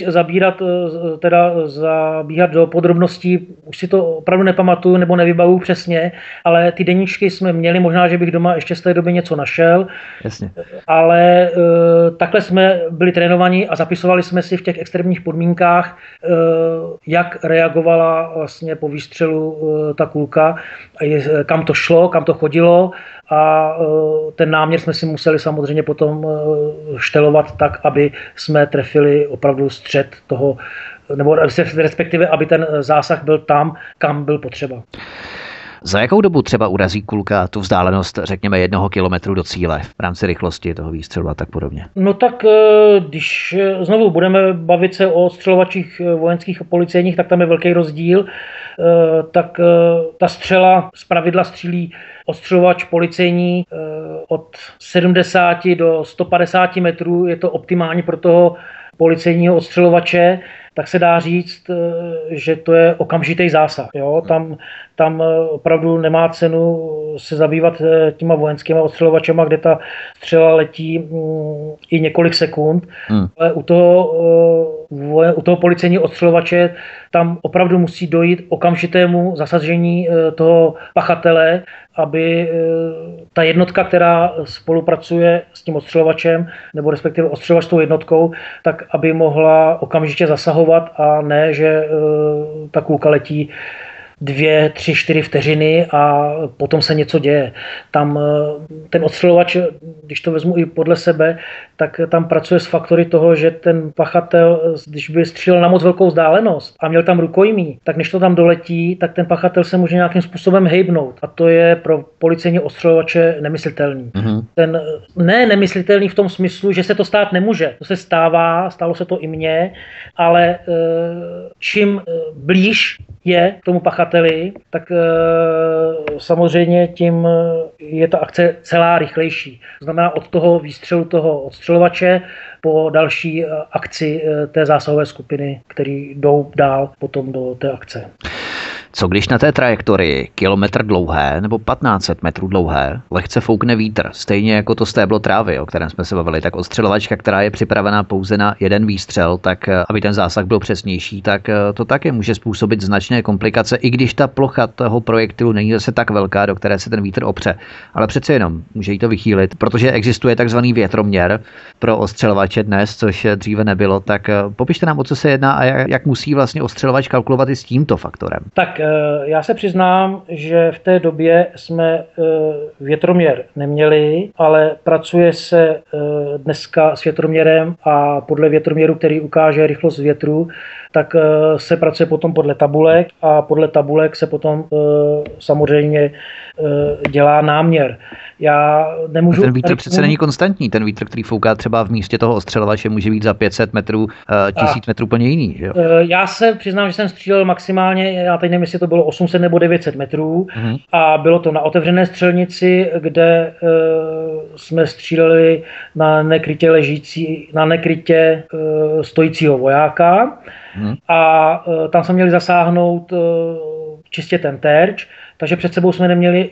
B: zabíhat do podrobností, už si to opravdu nepamatuju nebo nevybavuju přesně, ale ty deníčky jsme měli, možná, že bych doma ještě z té doby něco našel.
A: Jasně.
B: Ale takhle jsme byli trénovaní a zapisovali jsme si v těch extrémních podmínkách, jak reagovala vlastně po výstřelu ta kulka, kam to šlo, kam to chodilo a ten náměr jsme si museli samozřejmě potom štelovat tak, aby jsme trefili opravdu střed toho, nebo respektive, aby ten zásah byl tam, kam byl potřeba.
A: Za jakou dobu třeba urazí kulka tu vzdálenost, řekněme, 1 kilometru do cíle v rámci rychlosti toho výstřelu a tak podobně?
B: No tak když znovu budeme bavit se o střelovačích vojenských a policejních, tak tam je velký rozdíl. Tak ta střela zpravidla střílí odstřelovač policejní od 70 do 150 metrů, je to optimální pro toho policejního odstřelovače, tak se dá říct, že to je okamžitý zásah. Jo? Tam opravdu nemá cenu se zabývat těma vojenskýma odstřelovačema, kde ta střela letí i několik sekund. Ale u toho policejního odstřelovače tam opravdu musí dojít okamžitému zasažení toho pachatele, aby ta jednotka, která spolupracuje s tím odstřelovačem, nebo respektive odstřelovač s tou jednotkou, tak aby mohla okamžitě zasahovat a ne, že ta kulka letí 2, 3, 4 vteřiny a potom se něco děje. Tam ten odstřelovač, když to vezmu i podle sebe, tak tam pracuje s faktory toho, že ten pachatel, když by střílel na moc velkou vzdálenost a měl tam rukojmí, tak než to tam doletí, tak ten pachatel se může nějakým způsobem hejbnout. A to je pro policejní odstřelovače nemyslitelný. Mm-hmm. Nemyslitelný v tom smyslu, že se to stát nemůže. To se stává, stalo se to i mně, ale čím blíž je k tomu pachateli, tak samozřejmě tím je ta akce celá rychlejší. To znamená od toho výstřelu toho odstřelovače po další akci té zásahové skupiny, který jdou dál potom do té akce.
A: Co když na té trajektorii kilometr dlouhé nebo 1500 metrů dlouhé lehce foukne vítr, stejně jako to stéblo trávy, o kterém jsme se bavili, tak odstřelovačka, která je připravená pouze na jeden výstřel, tak aby ten zásah byl přesnější, tak to také může způsobit značné komplikace, i když ta plocha toho projektilu není zase tak velká, do které se ten vítr opře, ale přece jenom může jí to vychýlit, protože existuje takzvaný větroměr pro odstřelovače dnes, což dříve nebylo, tak popište nám, o co se jedná a jak musí vlastně odstřelovač kalkulovat i s tímto faktorem.
B: Tak já se přiznám, že v té době jsme větroměr neměli, ale pracuje se dneska s větroměrem a podle větroměru, který ukáže rychlost větru, tak se pracuje potom podle tabulek a podle tabulek se potom samozřejmě dělá náměr. Já nemůžu...
A: Ten vítr přece není konstantní. Ten vítr, který fouká třeba v místě toho ostřelovače, může být za 500 metrů, 1000 metrů plně jiný. Že jo?
B: Já se přiznám, že jsem střílel maximálně, já teď nevím, jestli to bylo 800 nebo 900 metrů a bylo to na otevřené střelnici, kde jsme stříleli na nekrytě stojícího vojáka a tam jsme měli zasáhnout čistě ten terč, takže před sebou jsme neměli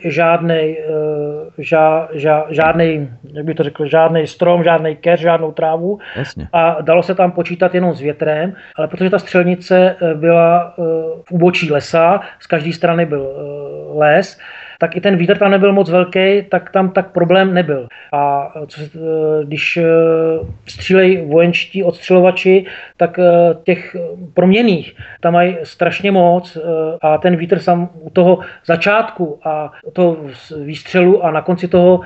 B: žádnej, jak bych to řekl, žádnej strom, žádnej keř, žádnou trávu.
A: Jasně.
B: A dalo se tam počítat jenom s větrem, ale protože ta střelnice byla v úbočí lesa, z každé strany byl les, tak i ten vítr tam nebyl moc velký, tak tam tak problém nebyl. A když střílejí vojenští odstřelovači, tak těch proměnných tam mají strašně moc a ten vítr sám u toho začátku a toho výstřelu a na konci toho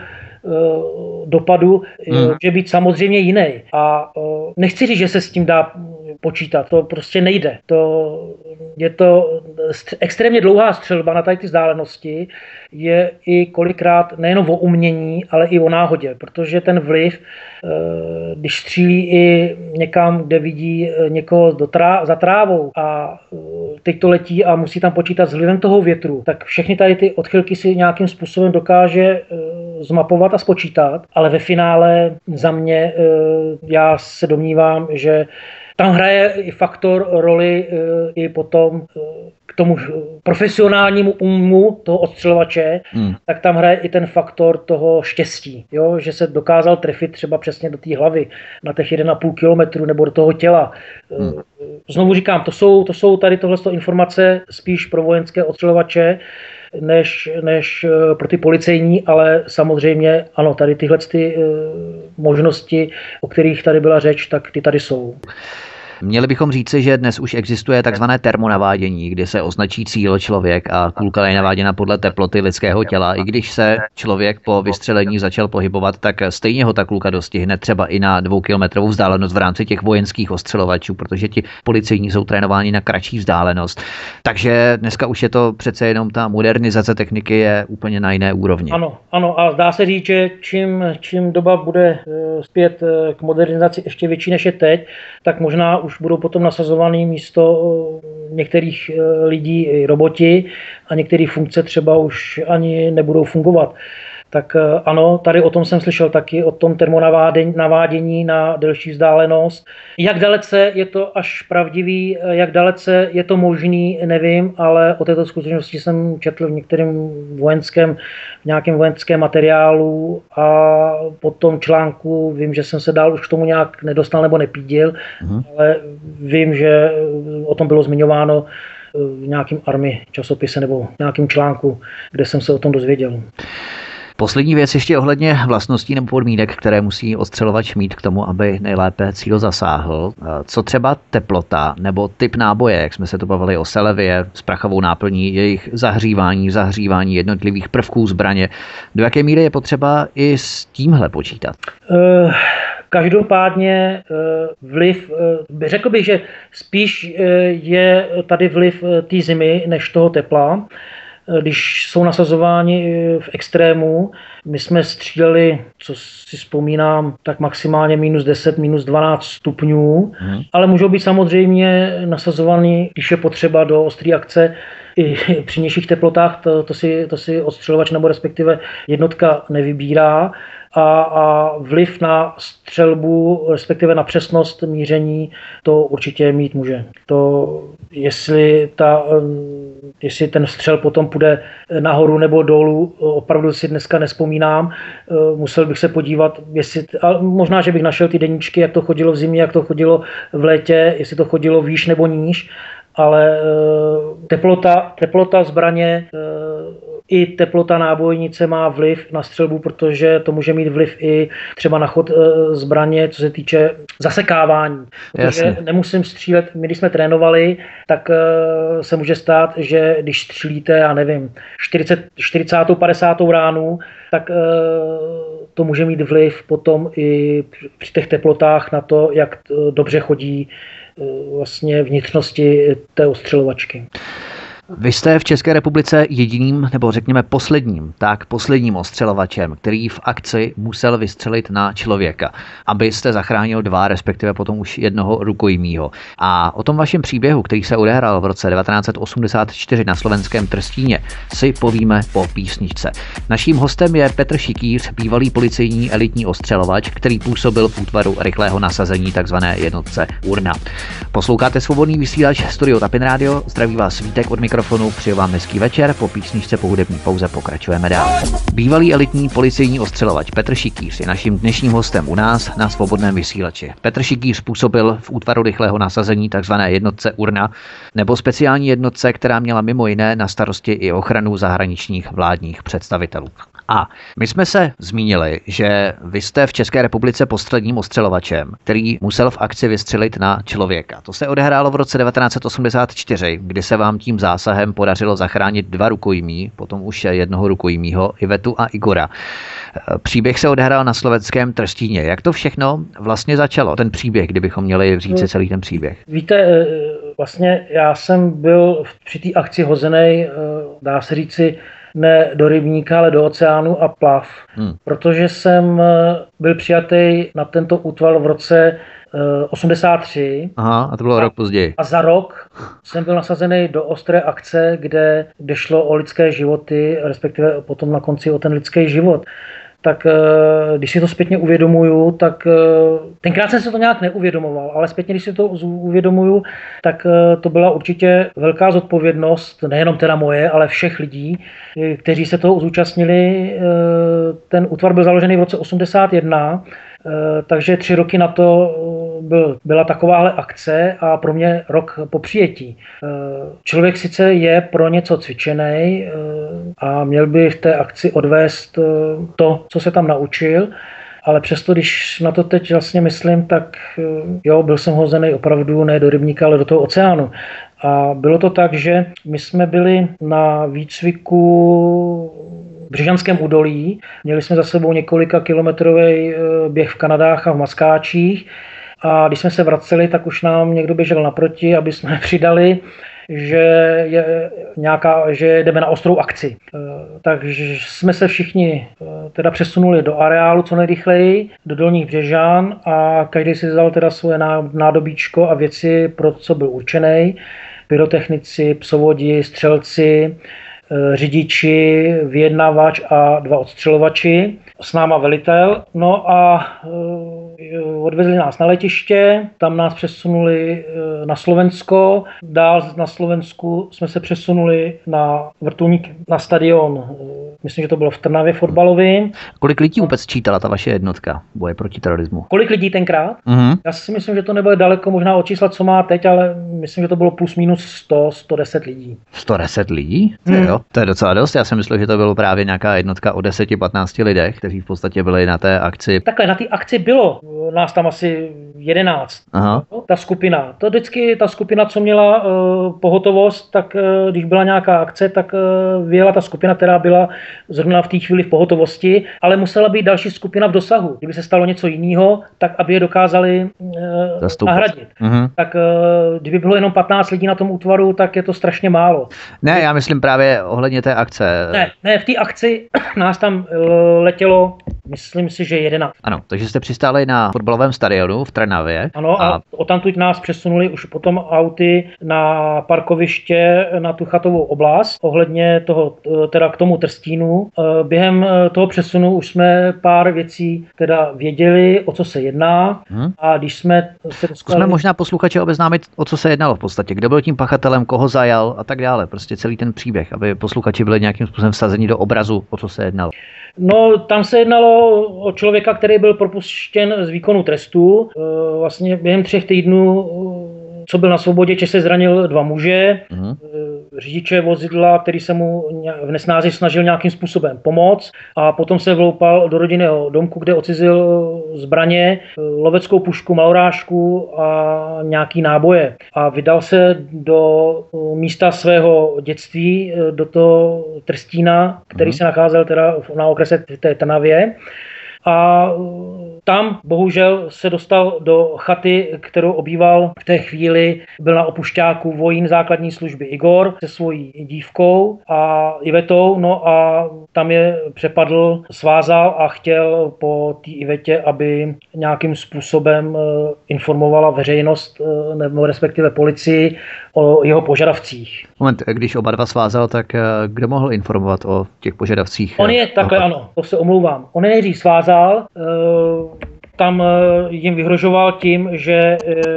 B: dopadu může být samozřejmě jiný. A nechci říct, že se s tím dá počítat. To prostě nejde. Je to extrémně dlouhá střelba na tady ty vzdálenosti. Je i kolikrát nejenom o umění, ale i o náhodě, protože ten vliv, když střílí i někam, kde vidí někoho za trávou a teď to letí a musí tam počítat s vlivem toho větru, tak všechny tady ty odchylky si nějakým způsobem dokáže zmapovat a spočítat, ale ve finále za mě já se domnívám, že tam hraje i faktor roli i potom k tomu profesionálnímu umu toho odstřelovače, tak tam hraje i ten faktor toho štěstí, jo? Že se dokázal trefit třeba přesně do té hlavy na těch 1,5 kilometru nebo do toho těla. Znovu říkám, to jsou tady tohleto informace spíš pro vojenské odstřelovače, než pro ty policejní, ale samozřejmě ano, tady tyhle možnosti, o kterých tady byla řeč, tak ty tady jsou.
A: Měli bychom říci, že dnes už existuje takzvané termonavádění, kdy se označí cíl člověk a kulka je naváděna podle teploty lidského těla. I když se člověk po vystřelení začal pohybovat, tak stejně ho ta kulka dostihne třeba i na 2kilometrovou vzdálenost v rámci těch vojenských ostřelovačů, protože ti policejní jsou trénováni na kratší vzdálenost. Takže dneska už je to přece jenom ta modernizace techniky je úplně na jiné úrovni.
B: Ano a zdá se říct, že čím doba bude zpět k modernizaci ještě větší než je teď, tak možná už budou potom nasazovaný místo některých lidí i roboti a některé funkce třeba už ani nebudou fungovat. Tak ano, tady o tom jsem slyšel taky, o tom termonavádění na delší vzdálenost. Jak dalece je to až pravdivý, jak dalece je to možný, nevím, ale o této skutečnosti jsem četl v nějakém vojenském materiálu a po tom článku vím, že jsem se dál už k tomu nějak nedostal nebo nepídil, ale vím, že o tom bylo zmiňováno v nějakém Army časopise nebo nějakém článku, kde jsem se o tom dozvěděl.
A: Poslední věc ještě ohledně vlastností nebo podmínek, které musí ostřelovač mít k tomu, aby nejlépe cíl zasáhl. Co třeba teplota nebo typ náboje, jak jsme se to bavili o Selevě s prachovou náplní, jejich zahřívání jednotlivých prvků zbraně. Do jaké míry je potřeba i s tímhle počítat?
B: Každopádně vliv, řekl bych, že spíš je tady vliv té zimy než toho tepla. Když jsou nasazováni v extrému, my jsme stříleli, co si vzpomínám, tak maximálně -10, -12 stupňů, ale můžou být samozřejmě nasazovaný, když je potřeba do ostré akce, i při nižších teplotách, to si odstřelovač nebo respektive jednotka nevybírá. A vliv na střelbu, respektive na přesnost míření, to určitě mít může. Jestli ten střel potom půjde nahoru nebo dolů, opravdu si dneska nevzpomínám. Musel bych se podívat, možná, že bych našel ty deníčky, jak to chodilo v zimě, jak to chodilo v létě, jestli to chodilo výš nebo níž, ale teplota zbraně i teplota nábojnice má vliv na střelbu, protože to může mít vliv i třeba na chod zbraně, co se týče zasekávání. Protože nemusím střílet, my když jsme trénovali, tak se může stát, že když střílíte, já nevím, 40. 50. ránu, tak to může mít vliv potom i při těch teplotách na to, jak dobře chodí vlastně vnitřnosti té ostřelovačky.
A: Vy jste v České republice jediným, nebo řekněme posledním ostřelovačem, který v akci musel vystřelit na člověka, abyste zachránil 2, respektive potom už jednoho rukojmího. A o tom vašem příběhu, který se odehrál v roce 1984 na slovenském Trstíně, si povíme po písničce. Naším hostem je Petr Šikýř, bývalý policejní elitní ostřelovač, který působil v útvaru rychlého nasazení tzv. Jednotce Urna. Posloucháte Svobodný vysílač Studio Tapin Radio, zdraví vás Vítek od mikrofonu, přeju vám hezký večer, po písničce po hudební pauze pokračujeme dál. Bývalý elitní policejní ostřelovač Petr Šikýř je naším dnešním hostem u nás na Svobodném vysílači. Petr Šikýř působil v útvaru rychlého nasazení tzv. Jednotce Urna, nebo speciální jednotce, která měla mimo jiné na starosti i ochranu zahraničních vládních představitelů. A my jsme se zmínili, že vy jste v České republice posledním ostřelovačem, který musel v akci vystřelit na člověka. To se odehrálo v roce 1984, kdy se vám tím zásahem podařilo zachránit 2 rukojmí, potom už jednoho rukojmího, Ivetu a Igora. Příběh se odehrál na slovenském Trstíně. Jak to všechno vlastně začalo, ten příběh, kdybychom měli říct si celý ten příběh?
B: Víte, vlastně já jsem byl při té akci hozenej, dá se říci, ne do rybníka, ale do oceánu a plav. Protože jsem byl přijatý na tento útvar v roce 83.
A: Aha, a to bylo rok později.
B: A za rok jsem byl nasazený do ostré akce, kde šlo o lidské životy, respektive potom na konci o ten lidský život. Tak když si to zpětně uvědomuju, tak tenkrát jsem se to nějak neuvědomoval, ale zpětně, když si to uvědomuju, tak to byla určitě velká zodpovědnost, nejenom teda moje, ale všech lidí, kteří se toho zúčastnili. Ten útvar byl založený v roce 81, takže 3 roky na to byla takováhle akce a pro mě rok po přijetí. Člověk sice je pro něco cvičený a měl by v té akci odvést to, co se tam naučil, ale přesto, když na to teď vlastně myslím, tak jo, byl jsem hozený opravdu ne do rybníka, ale do toho oceánu. A bylo to tak, že my jsme byli na výcviku v Břežanském údolí. Měli jsme za sebou několika kilometrový běh v Kanadách a v Maskáčích. A když jsme se vraceli, tak už nám někdo běžel naproti, aby jsme přidali, že jdeme na ostrou akci. Takže jsme se všichni teda přesunuli do areálu co nejrychleji, do Dolních Břežan a každý si vzal teda svoje nádobíčko a věci, pro co byl určený. Pyrotechnici, psovodi, střelci, řidiči, vyjednavač a 2 odstřelovači. S náma velitel. No a odvezli nás na letiště, tam nás přesunuli na Slovensko. Dál na Slovensku jsme se přesunuli na vrtulník na stadion. Myslím, že to bylo v Trnavě fotbalový.
A: Kolik lidí vůbec čítala ta vaše jednotka boje proti terorismu?
B: Kolik lidí tenkrát? Já si myslím, že to nebude daleko možná od čísla, co má teď, ale myslím, že to bylo plus minus 110 lidí. 110
A: lidí? Jo, to je docela dost. Já si myslím, že to bylo právě nějaká jednotka o 10-15 lidech, kteří v podstatě byli na té akci.
B: Takhle, na té akci bylo nás tam asi 11.
A: Aha.
B: Ta skupina. To vždycky ta skupina, co měla pohotovost, tak když byla nějaká akce, tak vyjela ta skupina, která byla zrovna v té chvíli v pohotovosti, ale musela být další skupina v dosahu. Kdyby se stalo něco jiného, tak aby je dokázali nahradit. Tak kdyby bylo jenom 15 lidí na tom útvaru, tak je to strašně málo.
A: Ne, já myslím právě ohledně té akce.
B: Ne, v té akci nás tam letělo, myslím si, že 11.
A: Ano, takže jste přistáli na fotbalovém stadionu v Trnavě.
B: Ano, a odtamtud nás přesunuli už potom auty na parkoviště na tu chatovou oblast. Ohledně toho, teda k tomu Trstínu. Během toho přesunu už jsme pár věcí teda věděli, o co se jedná. A když jsme se dostali...
A: Zkusme možná posluchače obeznámit, o co se jednalo v podstatě. Kdo byl tím pachatelem, koho zajal a tak dále. Prostě celý ten příběh, aby posluchači byli nějakým způsobem vsazeni do obrazu, o co se jednalo.
B: No, tam se jednalo o člověka, který byl propuštěn z výkonu trestu. Vlastně během 3 týdnů, co byl na svobodě, se zranil 2 muže. řidiče vozidla, který se mu v nesnázi snažil nějakým způsobem pomoct, a potom se vloupal do rodinného domku, kde odcizil zbraně, loveckou pušku, malorážku a nějaký náboje. A vydal se do místa svého dětství, do toho Trstína, který se nacházel teda na okrese v té Trnavě. A tam bohužel se dostal do chaty, kterou obýval v té chvíli, byl na opušťáku vojín základní služby Igor se svojí dívkou a Ivetou, no a tam je přepadl, svázal a chtěl po té Ivetě, aby nějakým způsobem informovala veřejnost nebo respektive policii o jeho požadavcích.
A: Moment, když oba dva svázal, tak kdo mohl informovat o těch požadavcích?
B: On je takhle, ano, to se omlouvám. On je nejdřív svázal, tam jim vyhrožoval tím, že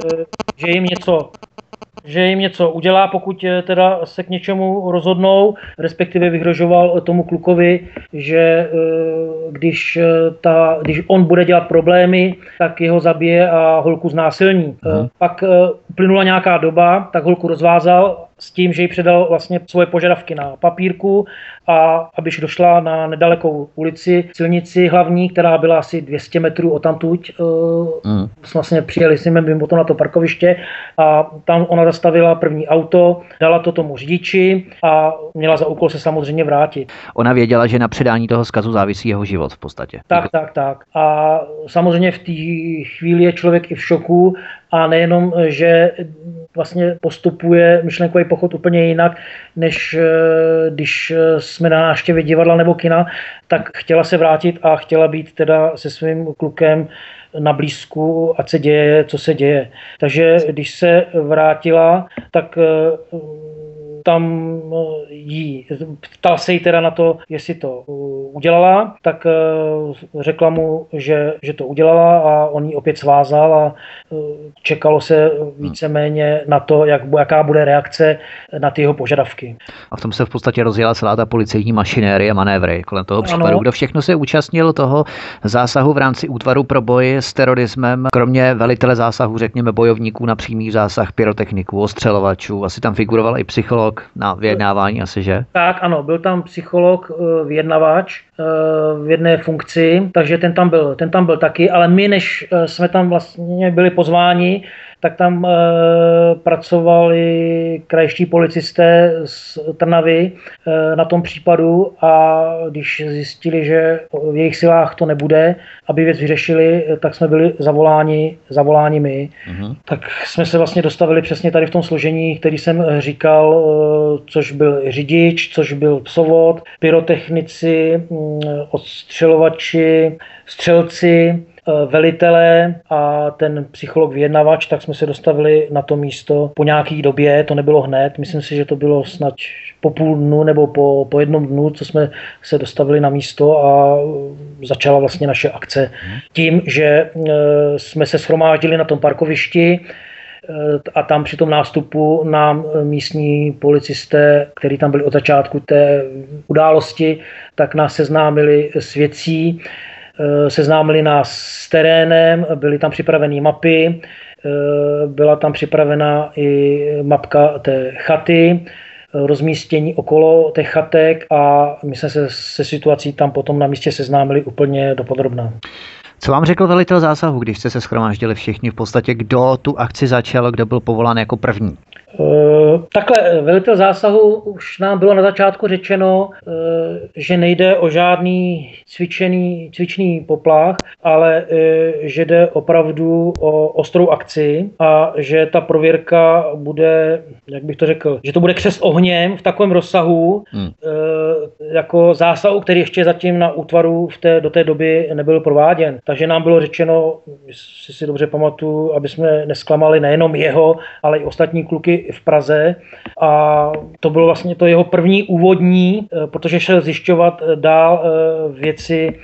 B: jim něco udělá, pokud teda se k něčemu rozhodnou, respektive vyhrožoval tomu klukovi, že když on bude dělat problémy, tak jeho zabije a holku znásilní. Pak uplynula nějaká doba, tak holku rozvázal s tím, že jí předal vlastně svoje požadavky na papírku a abyž došla na nedalekou ulici, silnici hlavní, která byla asi 200 metrů odtamtud. Vlastně přijeli s ním potom na to parkoviště a tam ona zastavila první auto, dala to tomu řidiči a měla za úkol se samozřejmě vrátit.
A: Ona věděla, že na předání toho zkazu závisí jeho život v podstatě.
B: Tak. A samozřejmě v té chvíli je člověk i v šoku a nejenom, že vlastně postupuje myšlenkový pochod úplně jinak, než když jsme na návštěvě divadla nebo kina, tak chtěla se vrátit a chtěla být teda se svým klukem na blízku, ať se děje, co se děje. Takže když se vrátila, tak tam ptal se jí teda na to, jestli to udělala, tak řekla mu, že to udělala a on ji opět svázal a čekalo se víceméně na to, jaká bude reakce na ty jeho požadavky.
A: A v tom se v podstatě rozjela celá ta policejní mašinérie a manévry kolem toho případu. Kdo všechno se účastnil toho zásahu v rámci útvaru pro boj s terorismem, kromě velitele zásahu, řekněme bojovníků na přímý zásah, pyrotechniků, ostřelovačů, asi tam figuroval i psycholog na vyjednávání asi, že?
B: Tak ano, byl tam psycholog, vyjednavač v jedné funkci, takže ten tam byl taky, ale my, než jsme tam vlastně byli pozváni, tak tam pracovali krajští policisté z Trnavy na tom případu a když zjistili, že v jejich silách to nebude, aby věc vyřešili, tak jsme byli zavoláni my. Tak jsme se vlastně dostavili přesně tady v tom složení, který jsem říkal, což byl řidič, což byl psovod, pyrotechnici, odstřelovači, střelci, velitelé a ten psycholog vyjednavač, tak jsme se dostavili na to místo po nějaký době, to nebylo hned, myslím si, že to bylo snad po půl dnu nebo po jednom dnu, co jsme se dostavili na místo a začala vlastně naše akce. Tím, že jsme se shromáždili na tom parkovišti a tam při tom nástupu nám místní policisté, kteří tam byli od začátku té události, tak nás seznámili s věcí, seznámili nás s terénem, byly tam připravené mapy, byla tam připravena i mapka té chaty, rozmístění okolo těch chatek a my jsme se situací tam potom na místě seznámili úplně dopodrobna.
A: Co vám řekl velitel zásahu, když jste se shromáždili všichni v podstatě, kdo tu akci začal, kdo byl povolán jako první?
B: Takhle, velitel zásahu už nám bylo na začátku řečeno, že nejde o žádný cvičný poplach, ale že jde opravdu o ostrou akci a že ta prověrka bude, jak bych to řekl, že to bude křest ohněm v takovém rozsahu, jako zásahu, který ještě zatím na útvaru do té doby nebyl prováděn. Takže nám bylo řečeno, jestli si dobře pamatuju, aby jsme nesklamali nejenom jeho, ale i ostatní kluky v Praze a to bylo vlastně to jeho první úvodní, protože šel zjišťovat dál věci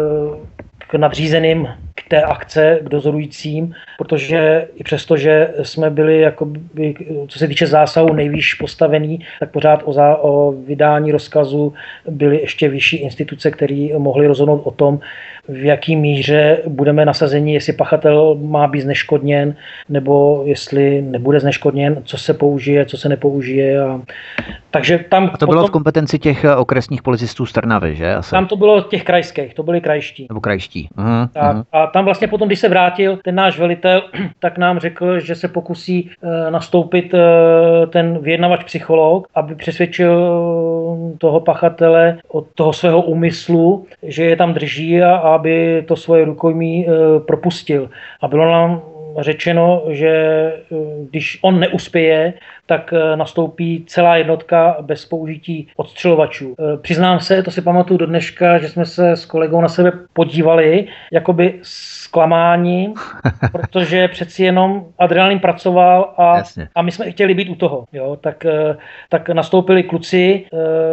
B: k nadřízeným k té akce, k dozorujícím, protože i přesto, že jsme byli, jakoby, co se týče zásahu, nejvýš postavení, tak pořád o vydání rozkazu byly ještě vyšší instituce, které mohly rozhodnout o tom, v jaký míře budeme nasazeni, jestli pachatel má být zneškodněn, nebo jestli nebude zneškodněn, co se použije, co se nepoužije. A Takže tam
A: a to bylo v kompetenci těch okresních policistů z Trnavy, že? Asi.
B: Tam to bylo těch krajských, to byli krajští.
A: Nebo krajští.
B: A tam vlastně potom, když se vrátil ten náš velitel, tak nám řekl, že se pokusí nastoupit ten vyjednavač psycholog, aby přesvědčil toho pachatele od toho svého úmyslu, že je tam drží a aby to svoje rukojmí propustil. A bylo nám řečeno, že když on neuspěje, tak nastoupí celá jednotka bez použití odstřelovačů. Přiznám se, to si pamatuju do dneška, že jsme se s kolegou na sebe podívali, jakoby zklamáni, protože přeci jenom adrenalin pracoval a my jsme chtěli být u toho. Jo? Tak nastoupili kluci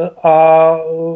B: a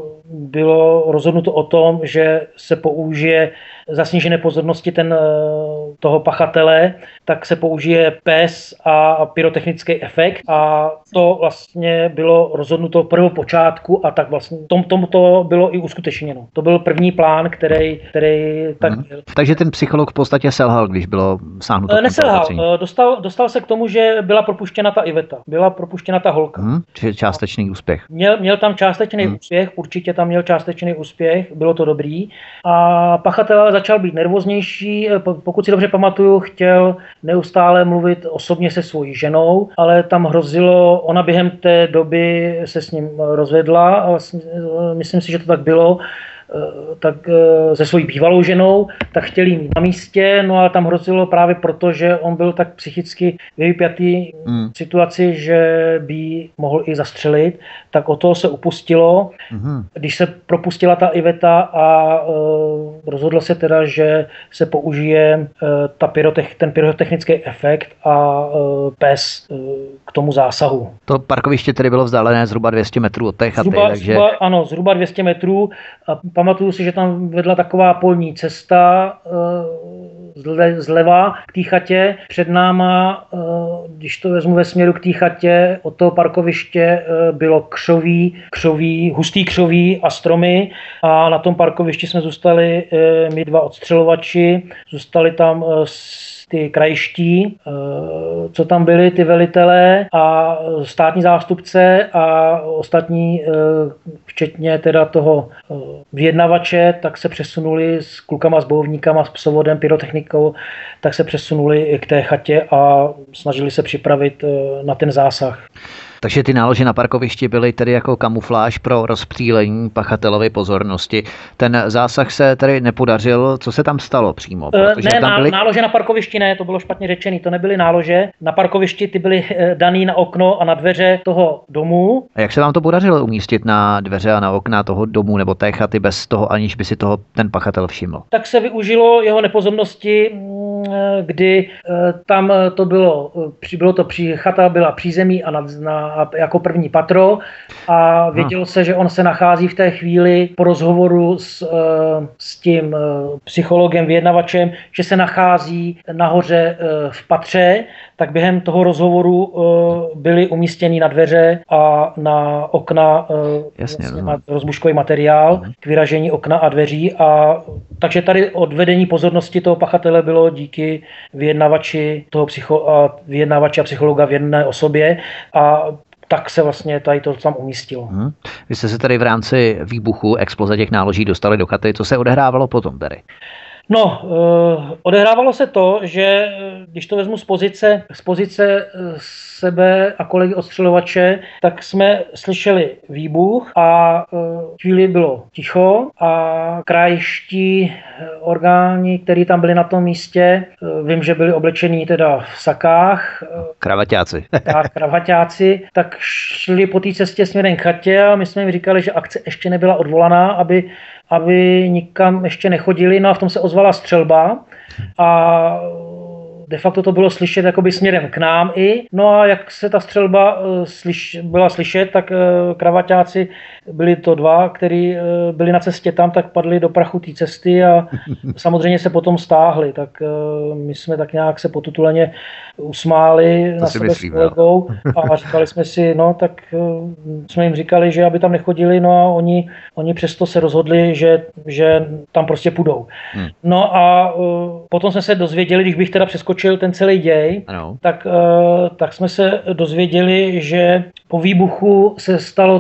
B: bylo rozhodnuto o tom, že se použije za snížené pozornosti toho pachatele, tak se použije PES a pyrotechnický efekt a to vlastně bylo rozhodnuto v prvopočátku a tak vlastně to bylo i uskutečněno. To byl první plán, který tak byl.
A: Takže ten psycholog v podstatě selhal, když bylo sáhnuto.
B: Neselhal. Dostal se k tomu, že byla propuštěna ta Iveta. Byla propuštěna ta holka.
A: Čiže částečný úspěch.
B: Měl tam částečný úspěch, určitě tam měl částečný úspěch, bylo to dobrý. A pachatel začal být nervóznější, pokud si dobře pamatuju, chtěl neustále mluvit osobně se svojí ženou, ale tam hrozilo, ona během té doby se s ním rozvedla a myslím si, že to tak bylo, tak se svojí bývalou ženou, tak chtěli mít na místě, no ale tam hrozilo právě proto, že on byl tak psychicky vypjatý v situaci, že by mohl i zastřelit, tak o toho se upustilo. Když se propustila ta Iveta a rozhodlo se teda, že se použije ten pyrotechnický efekt a PES k tomu zásahu.
A: To parkoviště tedy bylo vzdálené zhruba 200 metrů od té chaty, takže...
B: Zhruba 200 metrů. A pamatuju si, že tam vedla taková polní cesta zleva k té chatě. Před náma, když to vezmu ve směru k té chatě, od toho parkoviště bylo křoví, hustý křoví a stromy a na tom parkovišti jsme zůstali my dva odstřelovači, zůstali tam ty krajští, co tam byli, ty velitelé a státní zástupce a ostatní, včetně teda toho vyjednavače, tak se přesunuli s klukama, s bojovníkama, s psovodem, pyrotechnikou, tak se přesunuli k té chatě a snažili se připravit na ten zásah.
A: Takže ty nálože na parkovišti byly tedy jako kamufláž pro rozptýlení pachatelovy pozornosti. Ten zásah se tedy nepodařil. Co se tam stalo přímo?
B: Nálože na parkovišti ne, to bylo špatně řečený, to nebyly nálože. Na parkovišti ty byly daný na okno a na dveře toho domu.
A: A jak se vám to podařilo umístit na dveře a na okna toho domu nebo té chaty bez toho, aniž by si toho ten pachatel všiml?
B: Tak se využilo jeho nepozornosti, kdy tam to bylo to chata byla přízemí a jako první patro a vědělo se, že on se nachází v té chvíli po rozhovoru s tím psychologem, vyjednavačem, že se nachází nahoře v patře, tak během toho rozhovoru byly umístěny na dveře a na okna rozbuškový materiál k vyražení okna a dveří takže tady odvedení pozornosti toho pachatele bylo díky vyjednavači a psychologa v jedné osobě a tak se vlastně tady to tam umístilo.
A: Vy jste se tady v rámci výbuchu, exploze těch náloží dostali do chaty. Co se odehrávalo potom tady?
B: No, odehrávalo se to, že když to vezmu z pozice sebe a kolegy odstřelovače, tak jsme slyšeli výbuch a chvíli bylo ticho a krajští orgány, který tam byli na tom místě, vím, že byli oblečení teda v sakách. Kravaťáci, tak šli po té cestě směrem k chatě a my jsme jim říkali, že akce ještě nebyla odvolaná, aby nikam ještě nechodili, no a v tom se ozvala střelba a de facto to bylo slyšet jakoby směrem k nám i. No a jak se ta střelba byla slyšet, tak kravaťáci, byli to dva, kteří byli na cestě tam, tak padli do prachu té cesty a samozřejmě se potom stáhli. Tak my jsme tak nějak se potutuleně usmáli na sebe s kolegou a říkali jsme si, no tak jsme jim říkali, že aby tam nechodili, no a oni přesto se rozhodli, že tam prostě půjdou. No a potom jsme se dozvěděli, když bych teda přeskočil točil ten celý děj, tak jsme se dozvěděli, že po výbuchu se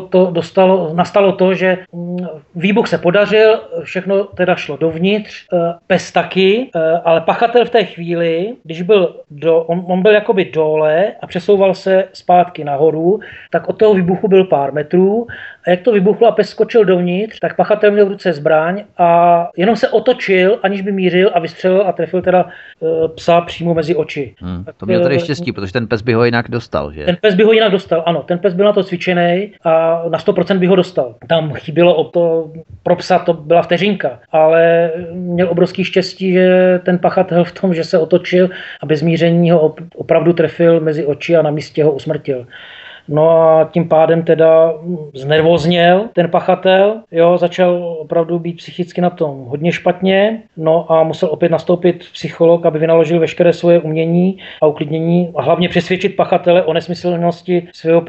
B: nastalo to, že výbuch se podařil, všechno teda šlo dovnitř, pes taky, ale pachatel v té chvíli, když byl on byl jakoby dole a přesouval se zpátky nahoru, tak od toho výbuchu byl pár metrů a jak to vybuchlo a pes skočil dovnitř, tak pachatel měl v ruce zbraň a jenom se otočil, aniž by mířil a vystřelil a trefil teda psa přímo mezi oči.
A: To měl tady štěstí, protože ten pes by ho jinak dostal, že?
B: Ten pes by ho jinak dostal, ano. Ten pes byl na to cvičený a na 100% by ho dostal. Tam chybělo pro psa to byla vteřinka, ale měl obrovský štěstí, že ten pachatel v tom, že se otočil a bez míření ho opravdu trefil mezi oči a na místě ho usmrtil. No a tím pádem teda znervozněl ten pachatel, začal opravdu být psychicky na tom hodně špatně, no a musel opět nastoupit psycholog, aby vynaložil veškeré svoje umění a uklidnění a hlavně přesvědčit pachatele o nesmyslnosti svého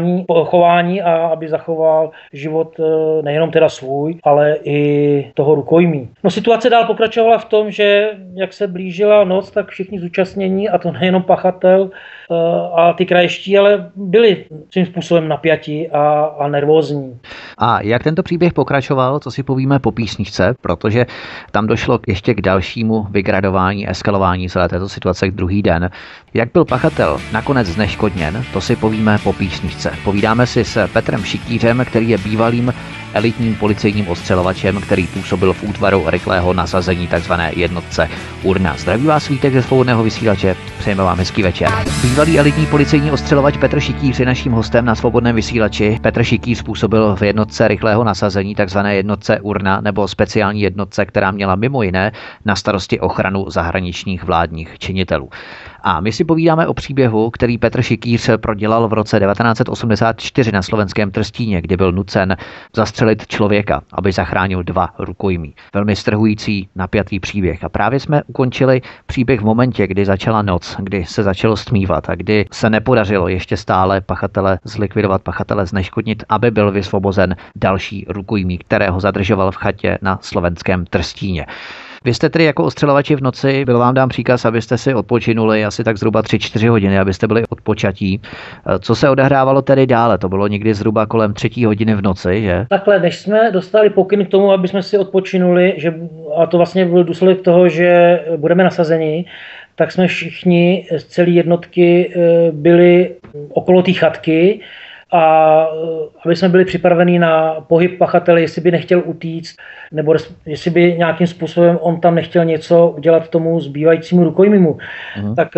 B: chování a aby zachoval život nejenom teda svůj, ale i toho rukojmí. No situace dál pokračovala v tom, že jak se blížila noc, tak všichni zúčastnění, a to nejenom pachatel a ty krajští, ale byli svým způsobem napjatí a nervózní.
A: A jak tento příběh pokračoval, co si povíme po písničce, protože tam došlo ještě k dalšímu vygradování, eskalování celé této situace k druhý den. Jak byl pachatel nakonec zneškodněn, to si povíme po písničce. Povídáme si s Petrem Šikýřem, který je bývalým elitním policejním ostřelovačem, který působil v útvaru rychlého nasazení tzv. Jednotce Urna. Zdraví vás Vítek ze Svobodného vysílače, přejeme vám hezký večer. Bývalý elitní policejní ostřelovač Petr Šikýř je naším hostem na Svobodném vysílači. Petr Šikýř působil v jednotce rychlého nasazení tzv. Jednotce Urna nebo speciální jednotce, která měla mimo jiné na starosti ochranu zahraničních vládních činitelů. A my si povídáme o příběhu, který Petr Šikýř prodělal v roce 1984 na slovenském Trstíně, kdy byl nucen zastřelit člověka, aby zachránil 2 rukojmí. Velmi strhující, napjatý příběh. A právě jsme ukončili příběh v momentě, kdy začala noc, kdy se začalo stmívat a kdy se nepodařilo ještě stále pachatele zlikvidovat, pachatele zneškodnit, aby byl vysvobozen další rukojmí, kterého zadržoval v chatě na slovenském Trstíně. Vy jste tedy jako ostřelovači v noci, byl vám dán příkaz, abyste si odpočinuli asi tak zhruba 3-4 hodiny, abyste byli odpočatí. Co se odehrávalo tedy dále? To bylo někdy zhruba kolem 3 hodiny v noci, že?
B: Takhle, než jsme dostali pokyn k tomu, aby jsme si odpočinuli, a to vlastně byl důsledek toho, že budeme nasazeni, tak jsme všichni z celé jednotky byli okolo té chatky, a aby jsme byli připraveni na pohyb pachatele, jestli by nechtěl utíct, nebo jestli by nějakým způsobem on tam nechtěl něco udělat tomu zbývajícímu rukojmímu. Tak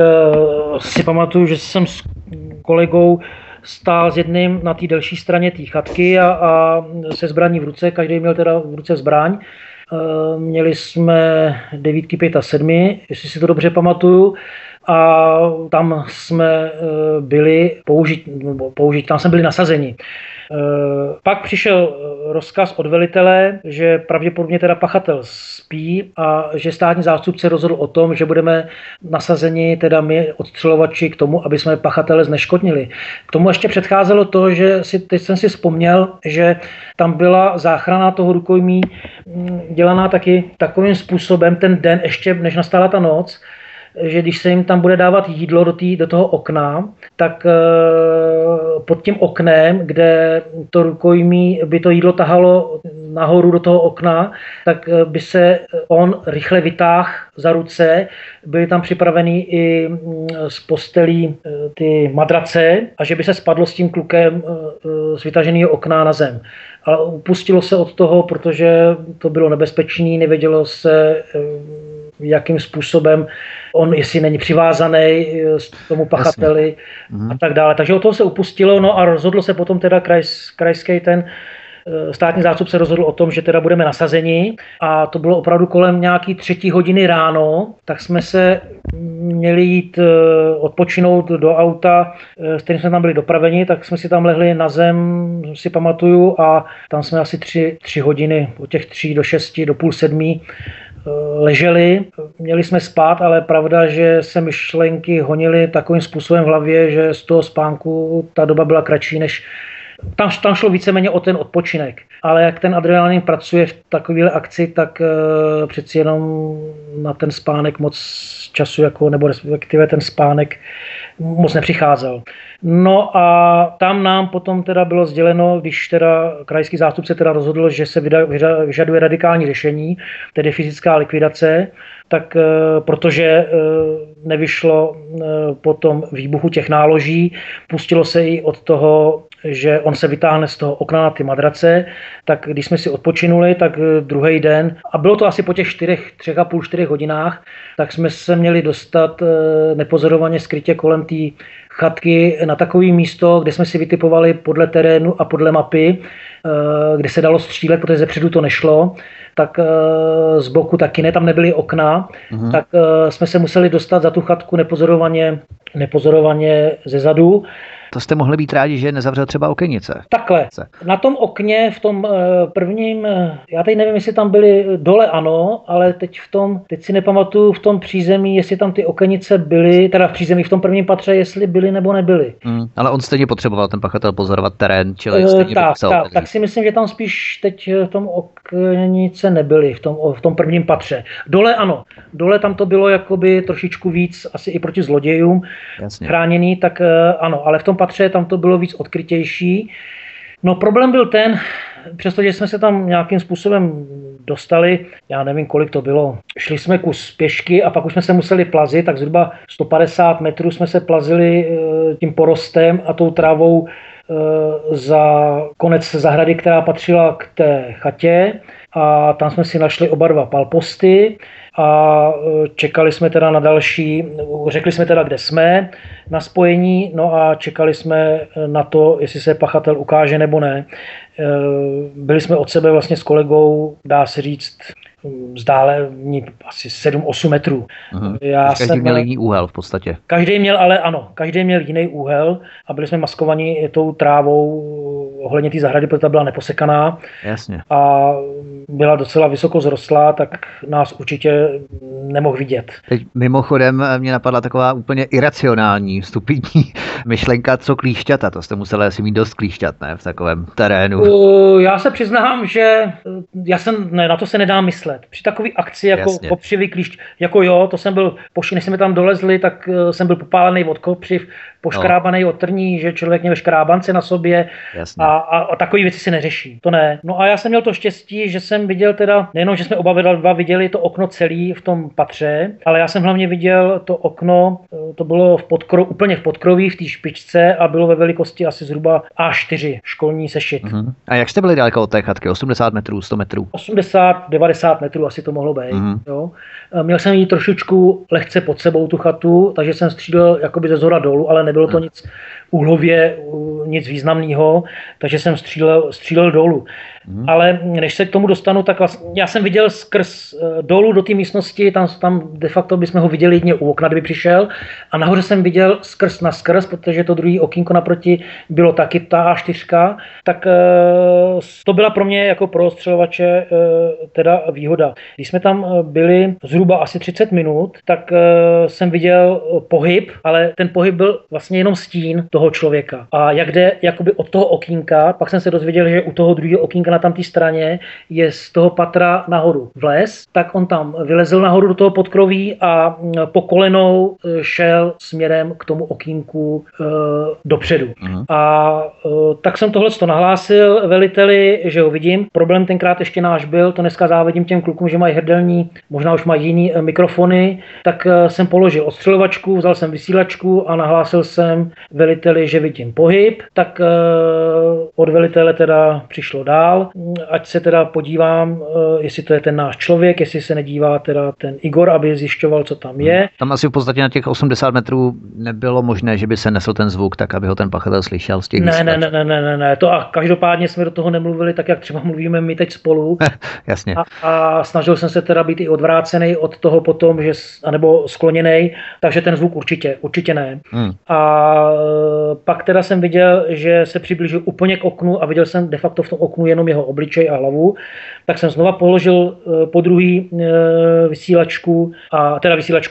B: si pamatuju, že jsem s kolegou stál s jedním na té delší straně té chatky a se zbraní v ruce, každý měl teda v ruce zbraň. Měli jsme 9, 5 a 7, jestli si to dobře pamatuju. A tam jsme byli tam jsme byli nasazeni. Pak přišel rozkaz od velitele, že pravděpodobně teda pachatel spí a že státní zástupce rozhodl o tom, že budeme nasazeni, teda my odstřelovači, k tomu, aby jsme pachatele zneškodnili. K tomu ještě předcházelo to, že teď jsem si vzpomněl, že tam byla záchrana toho rukojmí dělaná taky takovým způsobem ten den, ještě než nastala ta noc, že když se jim tam bude dávat jídlo do toho okna, tak pod tím oknem, kde to rukojmí by to jídlo tahalo nahoru do toho okna, tak by se on rychle vytáhl za ruce, byly tam připravený i z postelí ty madrace a že by se spadlo s tím klukem z vytaženého okna na zem. Ale upustilo se od toho, protože to bylo nebezpečné, nevědělo se, jakým způsobem on, jestli není přivázaný k tomu pachateli a tak dále. Takže od toho se upustilo, no a rozhodlo se potom teda krajský ten státní zástupce rozhodl o tom, že teda budeme nasazeni a to bylo opravdu kolem nějaký 3 hodiny ráno, tak jsme se měli jít odpočinout do auta, s kterým jsme tam byli dopraveni, tak jsme si tam lehli na zem, si pamatuju, a tam jsme asi 3 hodiny, od těch 3 do 6, do půl 7 leželi, měli jsme spát, ale pravda, že se myšlenky honily takovým způsobem v hlavě, že z toho spánku ta doba byla kratší, Tam šlo víceméně o ten odpočinek. Ale jak ten adrenalin pracuje v takovéhle akci, tak přeci jenom na ten spánek moc času, nebo respektive ten spánek moc nepřicházel. No a tam nám potom teda bylo sděleno, když teda krajský zástupce teda rozhodl, že se vyžaduje radikální řešení, tedy fyzická likvidace, tak protože nevyšlo po tom výbuchu těch náloží, pustilo se i od toho, že on se vytáhne z toho okna na ty madrace, tak když jsme si odpočinuli, tak druhý den, a bylo to asi po těch 3,5-4 hodinách, tak jsme se měli dostat nepozorovaně skrytě kolem té chatky na takové místo, kde jsme si vytipovali podle terénu a podle mapy, kde se dalo střílet, protože zepředu to nešlo, tak z boku taky ne, tam nebyly okna, tak jsme se museli dostat za tu chatku nepozorovaně ze zadu.
A: To jste mohli být rádi, že nezavřel třeba okenice.
B: Takhle, na tom okně v tom prvním, já teď nevím, jestli tam byly dole ano, ale teď si nepamatuju v tom přízemí, jestli tam ty okenice byly, teda v přízemí v tom prvním patře, jestli byly nebo nebyly.
A: Ale on stejně potřeboval ten pachatel pozorovat terén, čili
B: tak si myslím, že tam spíš teď v tom okenice nebyly, v tom prvním patře. Dole ano, dole tam to bylo jakoby trošičku víc, asi i proti zlodějům chráněný, tak ano, ale v tom patře tam to bylo víc odkrytější. No problém byl ten, přestože jsme se tam nějakým způsobem dostali, já nevím, kolik to bylo. Šli jsme kus pěšky a pak už jsme se museli plazit, tak zhruba 150 metrů jsme se plazili tím porostem a tou trávou za konec zahrady, která patřila k té chatě, a tam jsme si našli oba dva palposty a čekali jsme teda na další, řekli jsme teda, kde jsme na spojení, no a čekali jsme na to, jestli se pachatel ukáže nebo ne. Byli jsme od sebe vlastně s kolegou, dá se říct, vzdálení asi 7-8 metrů.
A: Každý měl jiný úhel v podstatě.
B: Každý měl jiný úhel a byli jsme maskovaní tou trávou ohledně té zahrady, protože ta byla neposekaná.
A: Jasně.
B: A byla docela vysoko zrostlá, tak nás určitě nemohl vidět.
A: Teď mimochodem mě napadla taková úplně iracionální stupidní myšlenka, co klíšťata. To jste museli asi mít dost klíšťat, ne? V takovém terénu.
B: Já se přiznám, že na to se nedá myslet. Při takové akci jako kopřivý klíšť, jako jo, to jsem byl, než jsme tam dolezli, tak jsem byl popálený od kopřiv, poškrábaný od trní, že člověk měl škrábance na sobě a takové věci se neřeší. To ne. No a já jsem měl to štěstí, že jsem viděl teda, nejenom, že jsme oba dva viděli to okno celý v tom patře, ale já jsem hlavně viděl to okno, to bylo úplně v podkroví, v té špičce a bylo ve velikosti asi zhruba A4, školní sešit.
A: A jak jste byli daleko od té chatky? 80 metrů, 100 metrů?
B: 80, 90 metrů asi to mohlo být. Jo. Měl jsem ji trošičku lehce pod sebou tu chatu, takže jsem střílel jakoby ze zhora dolů, ale nebylo to nic úhlově, nic významného, takže jsem střílel dolů. Ale než se k tomu dostanu, tak vlastně já jsem viděl skrz dolů do té místnosti, tam de facto bychom ho viděli jedině u okna, kdyby přišel, a nahoře jsem viděl skrz na skrz, protože to druhé okýnko naproti bylo taky ta A4, tak to byla pro mě jako pro ostřelovače teda výhoda. Když jsme tam byli zhruba asi 30 minut, tak jsem viděl pohyb, ale ten pohyb byl vlastně jenom stín toho člověka. A jak jde jakoby od toho okýnka, pak jsem se dozvěděl, že u toho druhého okýnka na tamté straně je z toho patra nahoru vlez, tak on tam vylezl nahoru do toho podkroví a po kolenou šel směrem k tomu okýnku dopředu. A tak jsem tohle nahlásil veliteli, že ho vidím. Problém tenkrát ještě náš byl, to dneska závidím těm klukům, že mají hrdelní, možná už mají jiný mikrofony, tak jsem položil odstřelovačku, vzal jsem vysílačku a nahlásil jsem veliteli, že vidím pohyb, tak od velitele teda přišlo dál, ať se teda podívám, jestli to je ten náš člověk, jestli se nedívá teda ten Igor, aby zjišťoval, co tam je.
A: Tam asi v podstatě na těch 80 metrů nebylo možné, že by se nesl ten zvuk, tak aby ho ten pachatel slyšel z těch
B: Ne, to a každopádně jsme do toho nemluvili tak, jak třeba mluvíme my teď spolu.
A: Jasně.
B: A snažil jsem se teda být i odvrácený od toho potom, anebo skloněný, takže ten zvuk určitě ne. A pak teda jsem viděl, že se přiblížil úplně k oknu a viděl jsem de facto v tom oknu jenom jeho obličej a hlavu, tak jsem znova položil po druhý vysílačku,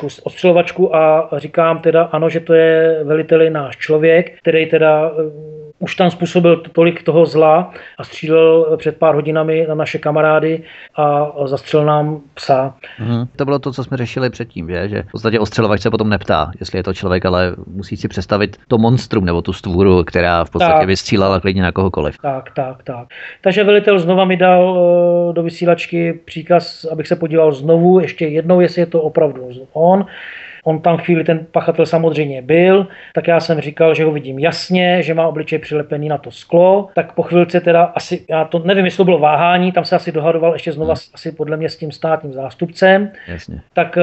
B: odstřelovačku a říkám teda ano, že to je veliteli náš člověk, který teda už tam způsobil tolik toho zla a střílel před pár hodinami na naše kamarády a zastřelil nám psa.
A: To bylo to, co jsme řešili předtím, že v podstatě ostřelovač se potom neptá, jestli je to člověk, ale musí si představit to monstrum nebo tu stvůru, která v podstatě vystřílala klidně na kohokoliv.
B: Tak. Takže velitel znova mi dal do vysílačky příkaz, abych se podíval znovu, ještě jednou, jestli je to opravdu on. On tam chvíli ten pachatel samozřejmě byl, tak já jsem říkal, že ho vidím jasně, že má obličej přilepený na to sklo, tak po chvilce teda asi, já to nevím, jestli to bylo váhání, tam se asi dohadoval ještě znova asi podle mě s tím státním zástupcem.
A: Jasně.
B: Tak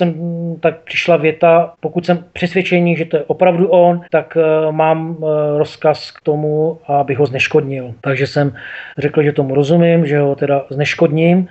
B: přišla věta, pokud jsem přesvědčený, že to je opravdu on, tak mám rozkaz k tomu, abych ho zneškodnil. Takže jsem řekl, že tomu rozumím, že ho teda zneškodním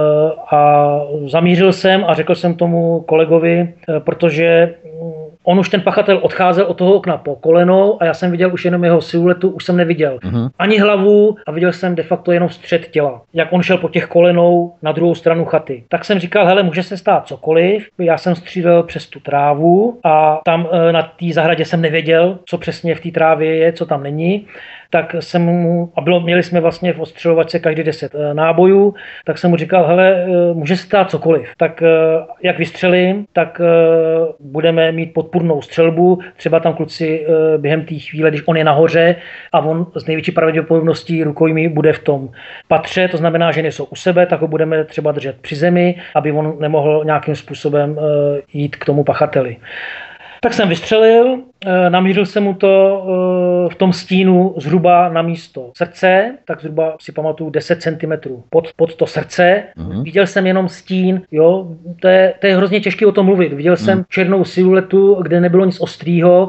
B: a zamířil jsem a řekl jsem tomu kolegovi, protože on už ten pachatel odcházel od toho okna po kolenou a já jsem viděl už jenom jeho siluetu, už jsem neviděl ani hlavu a viděl jsem de facto jenom střed těla, jak on šel po těch kolenou na druhou stranu chaty. Tak jsem říkal, hele, může se stát cokoliv, já jsem střílel přes tu trávu a tam na té zahradě jsem nevěděl, co přesně v té trávě je, co tam není. Tak jsem mu, měli jsme vlastně v ostřelovačce každý 10 nábojů, tak jsem mu říkal, hele, může se stát cokoliv. Tak jak vystřelím, tak budeme mít podpůrnou střelbu, třeba tam kluci během té chvíle, když on je nahoře a on z největší pravděpodobností rukojmí bude v tom patře, to znamená, že nejsou u sebe, tak ho budeme třeba držet při zemi, aby on nemohl nějakým způsobem jít k tomu pachateli. Tak jsem vystřelil, namířil jsem mu to v tom stínu zhruba na místo srdce, tak zhruba si pamatuju 10 cm pod to srdce. Viděl jsem jenom stín, jo, to je hrozně těžké o tom mluvit. Viděl jsem černou siluetu, kde nebylo nic ostrýho,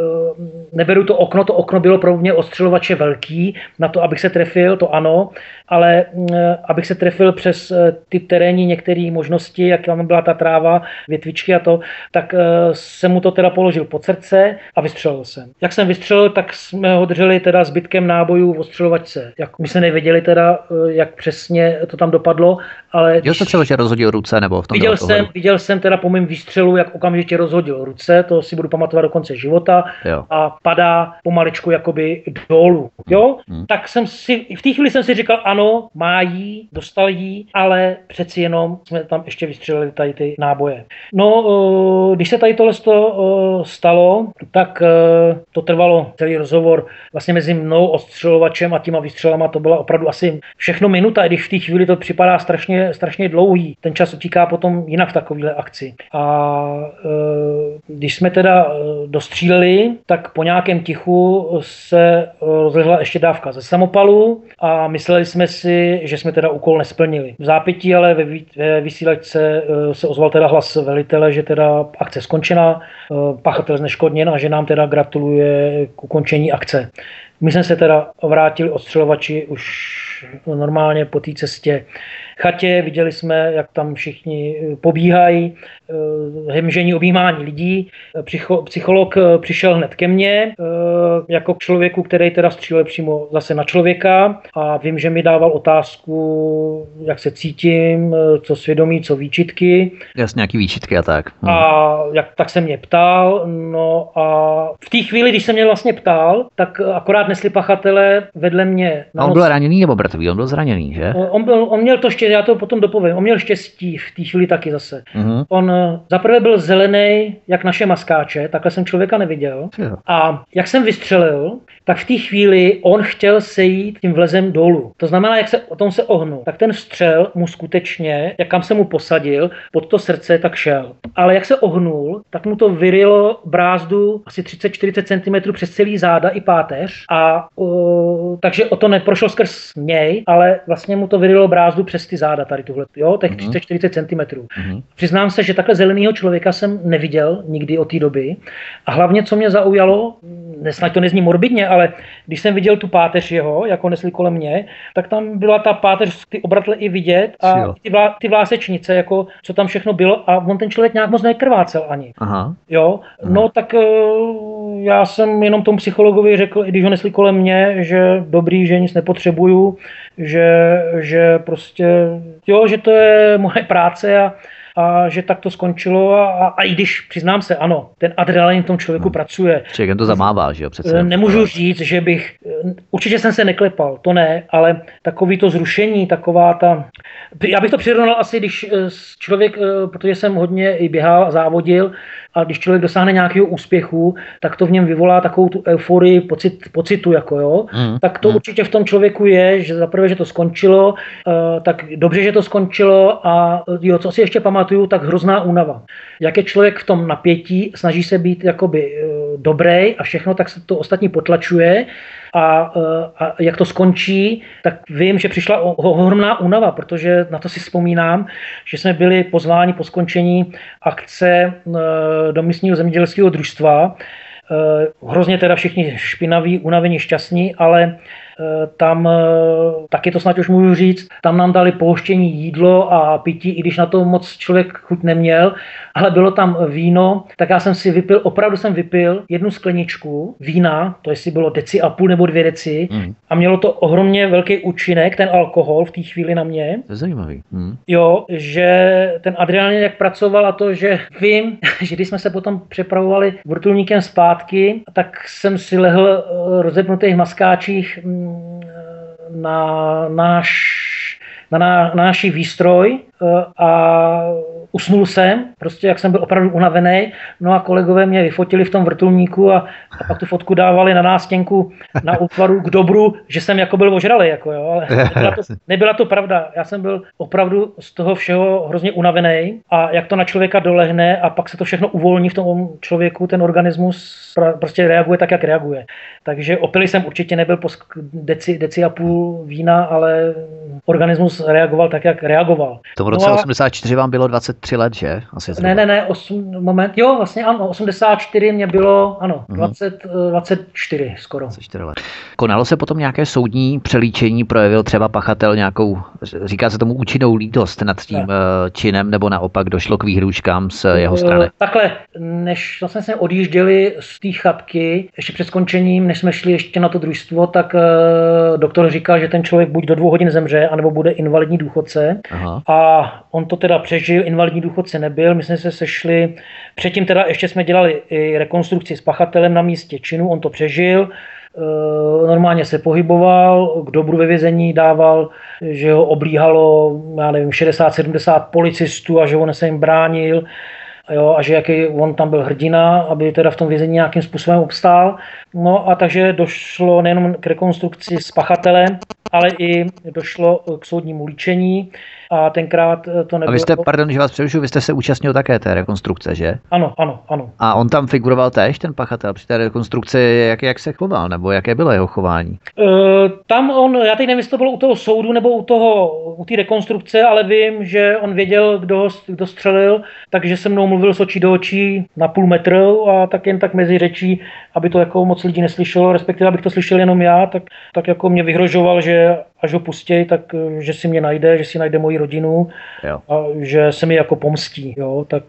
B: neberu to okno bylo pro mě ostřelovače velký, na to, abych se trefil, to ano, ale abych se trefil přes ty terénní některé možnosti, jak tam byla ta tráva, větvičky a to, tak jsem mu to teda položil pod srdce a vystřelil jsem. Jak jsem vystřelil, tak jsme ho drželi teda zbytkem nábojů v ostřelovačce. My se nevěděli teda, jak přesně to tam dopadlo, ale...
A: Viděl jste třeba, že rozhodil ruce nebo v tom?
B: Viděl jsem teda po mém výstřelu, jak okamžitě rozhodil ruce, to si budu pamatovat do konce života. Jo. A padá pomaličku jakoby dolů. Jo? Tak jsem si, v té chvíli jsem si říkal, ano, má jí, dostal jí, ale přeci jenom jsme tam ještě vystřelili tady ty náboje. No, když se tady tohle stalo, tak to trvalo celý rozhovor vlastně mezi mnou, ostřelovačem a těma výstřelama, to byla opravdu asi všechno minuta, i když v té chvíli to připadá strašně dlouhý. Ten čas utíká potom jinak v takovéhle akci. A když jsme teda dostříleli, tak po nějakém tichu se rozlehla ještě dávka ze samopalu a mysleli jsme si, že jsme teda úkol nesplnili. V zápětí ale ve vysílačce se ozval teda hlas velitele, že teda akce skončena, pachatel zneškodněn a že nám teda gratuluje k ukončení akce. My jsme se teda vrátili ostřelovači už normálně po té cestě chatě, viděli jsme, jak tam všichni pobíhají, hemžení, objímání lidí. Psycholog přišel hned ke mně, jako k člověku, který teda střílel přímo zase na člověka a vím, že mi dával otázku, jak se cítím, co svědomí, co výčitky.
A: Jasně, nějaký výčitky a tak.
B: A tak se mě ptal, no a v té chvíli, když se mě vlastně ptal, tak akorát nesli pachatelé vedle mě.
A: A on byl raněný nebo mrtvý? On byl zraněný, že?
B: On měl to štěstí, já to potom dopovím, on měl štěstí v té chvíli taky zase. On zaprvé byl zelený, jak naše maskáče, takhle jsem člověka neviděl. A jak jsem vystřelil, tak v té chvíli on chtěl sejít tím vlezem dolů. To znamená, jak se o tom se ohnul, tak ten střel mu skutečně, jak kam se mu posadil, pod to srdce, tak šel. Ale jak se ohnul, tak mu to vyrylo brázdu asi 30-40 cm přes celý záda i páteř a takže o to neprošlo skrz něj, ale vlastně mu to vyrylo brázdu přes ty záda tady tuhle, jo, těch 30-40 cm. Přiznám se, že takhle zelenýho člověka jsem neviděl nikdy od té doby a hlavně, co mě zaujalo, snad to nezní morbidně, ale když jsem viděl tu páteř jeho, jako nesli kolem mě, tak tam byla ta páteř, ty obratle i vidět a ty vlásečnice, jako co tam všechno bylo a on ten člověk nějak moc nekrvácel ani. Jo, no tak já jsem jenom tomu psychologovi řekl, i když ho nesli kolem mě, že dobrý, že nic nepotřebuju, že prostě, jo, že to je moje práce a že tak to skončilo a i když, přiznám se, ano, ten adrenalin v tom člověku pracuje.
A: Člověk to zamává, že jo? Přece.
B: Nemůžu říct, že bych, určitě jsem se neklepal, to ne, ale takový to zrušení, taková ta, já bych to přirovnal asi, když člověk, protože jsem hodně i běhal a závodil, a když člověk dosáhne nějakého úspěchu, tak to v něm vyvolá takovou tu euforii, pocitu, jako jo. Tak to určitě v tom člověku je, že zaprvé, že to skončilo, tak dobře, že to skončilo a jo, co si ještě pamatuju, tak hrozná únava. Jak je člověk v tom napětí, snaží se být jakoby dobrý a všechno, tak se to ostatní potlačuje. A jak to skončí, tak vím, že přišla ohromná únava, protože na to si vzpomínám, že jsme byli pozváni po skončení akce do místního zemědělského družstva. Hrozně teda všichni špinaví, unavení, šťastní, ale tam, taky to snad už můžu říct, tam nám dali pohoštění jídlo a pití, i když na to moc člověk chuť neměl, ale bylo tam víno, tak já jsem si vypil, opravdu jsem vypil jednu skleničku vína, to jestli bylo 1,5 deci nebo 2 deci a mělo to ohromně velký účinek, ten alkohol v té chvíli na mě.
A: To je zajímavý.
B: Jo, že ten adrenalin jak pracoval a to, že vím, že když jsme se potom přepravovali vrtulníkem zpátky, tak jsem si lehl rozepnutých maskáčích na náš výstroj a usnul jsem, prostě jak jsem byl opravdu unavený, no a kolegové mě vyfotili v tom vrtulníku a pak tu fotku dávali na nástěnku na útvaru k dobru, že jsem jako byl ožralý, jako jo, ale nebyla to pravda, já jsem byl opravdu z toho všeho hrozně unavený a jak to na člověka dolehne a pak se to všechno uvolní v tom člověku, ten organismus prostě reaguje tak, jak reaguje. Takže opilý jsem určitě nebyl po 1,5 deci vína, ale organismus reagoval tak, jak reagoval.
A: V roce 84 vám bylo 23 let, že? Asi
B: ne, jo, vlastně ano, 84 mě bylo, ano, 24 skoro.
A: 24 let. Konalo se potom nějaké soudní přelíčení, projevil třeba pachatel nějakou, říká se tomu účinnou lítost nad tím činem, nebo naopak došlo k výhrůžkám z jeho strany?
B: Takhle, než vlastně jsme odjížděli z té chatky, ještě před skončením, než jsme šli ještě na to družstvo, tak doktor říkal, že ten člověk buď do 2 hodin zemře, anebo bude invalidní důchodce. Aha. A on to teda přežil, invalidní důchodce nebyl, my jsme se sešli, předtím teda ještě jsme dělali i rekonstrukci s pachatelem na místě činu, on to přežil, normálně se pohyboval, k dobru ve vězení dával, že ho oblíhalo, já nevím, 60-70 policistů a že on se jim bránil, jo, a že jaký on tam byl hrdina, aby teda v tom vězení nějakým způsobem obstál. No a takže došlo nejenom k rekonstrukci s pachatelem, ale i došlo k soudnímu líčení a tenkrát to nebylo...
A: A vy jste, pardon, že vás přerušuju, vy jste se účastnil také té rekonstrukce, že?
B: Ano.
A: A on tam figuroval též, ten pachatel, při té rekonstrukci, jak se choval, nebo jaké bylo jeho chování?
B: Tam já teď nevím, jestli to bylo u toho soudu nebo u té rekonstrukce, ale vím, že on věděl, kdo střelil, takže se mnou mluvil z očí do očí na půl metru a tak jen tak mezi řečí, aby to jako moc lidí neslyšelo, respektive abych to slyšel jenom já, tak jako mě vyhrožoval, že až ho pustěj, tak že si mě najde, že si najde moji rodinu, jo. A že se mi jako pomstí, jo, tak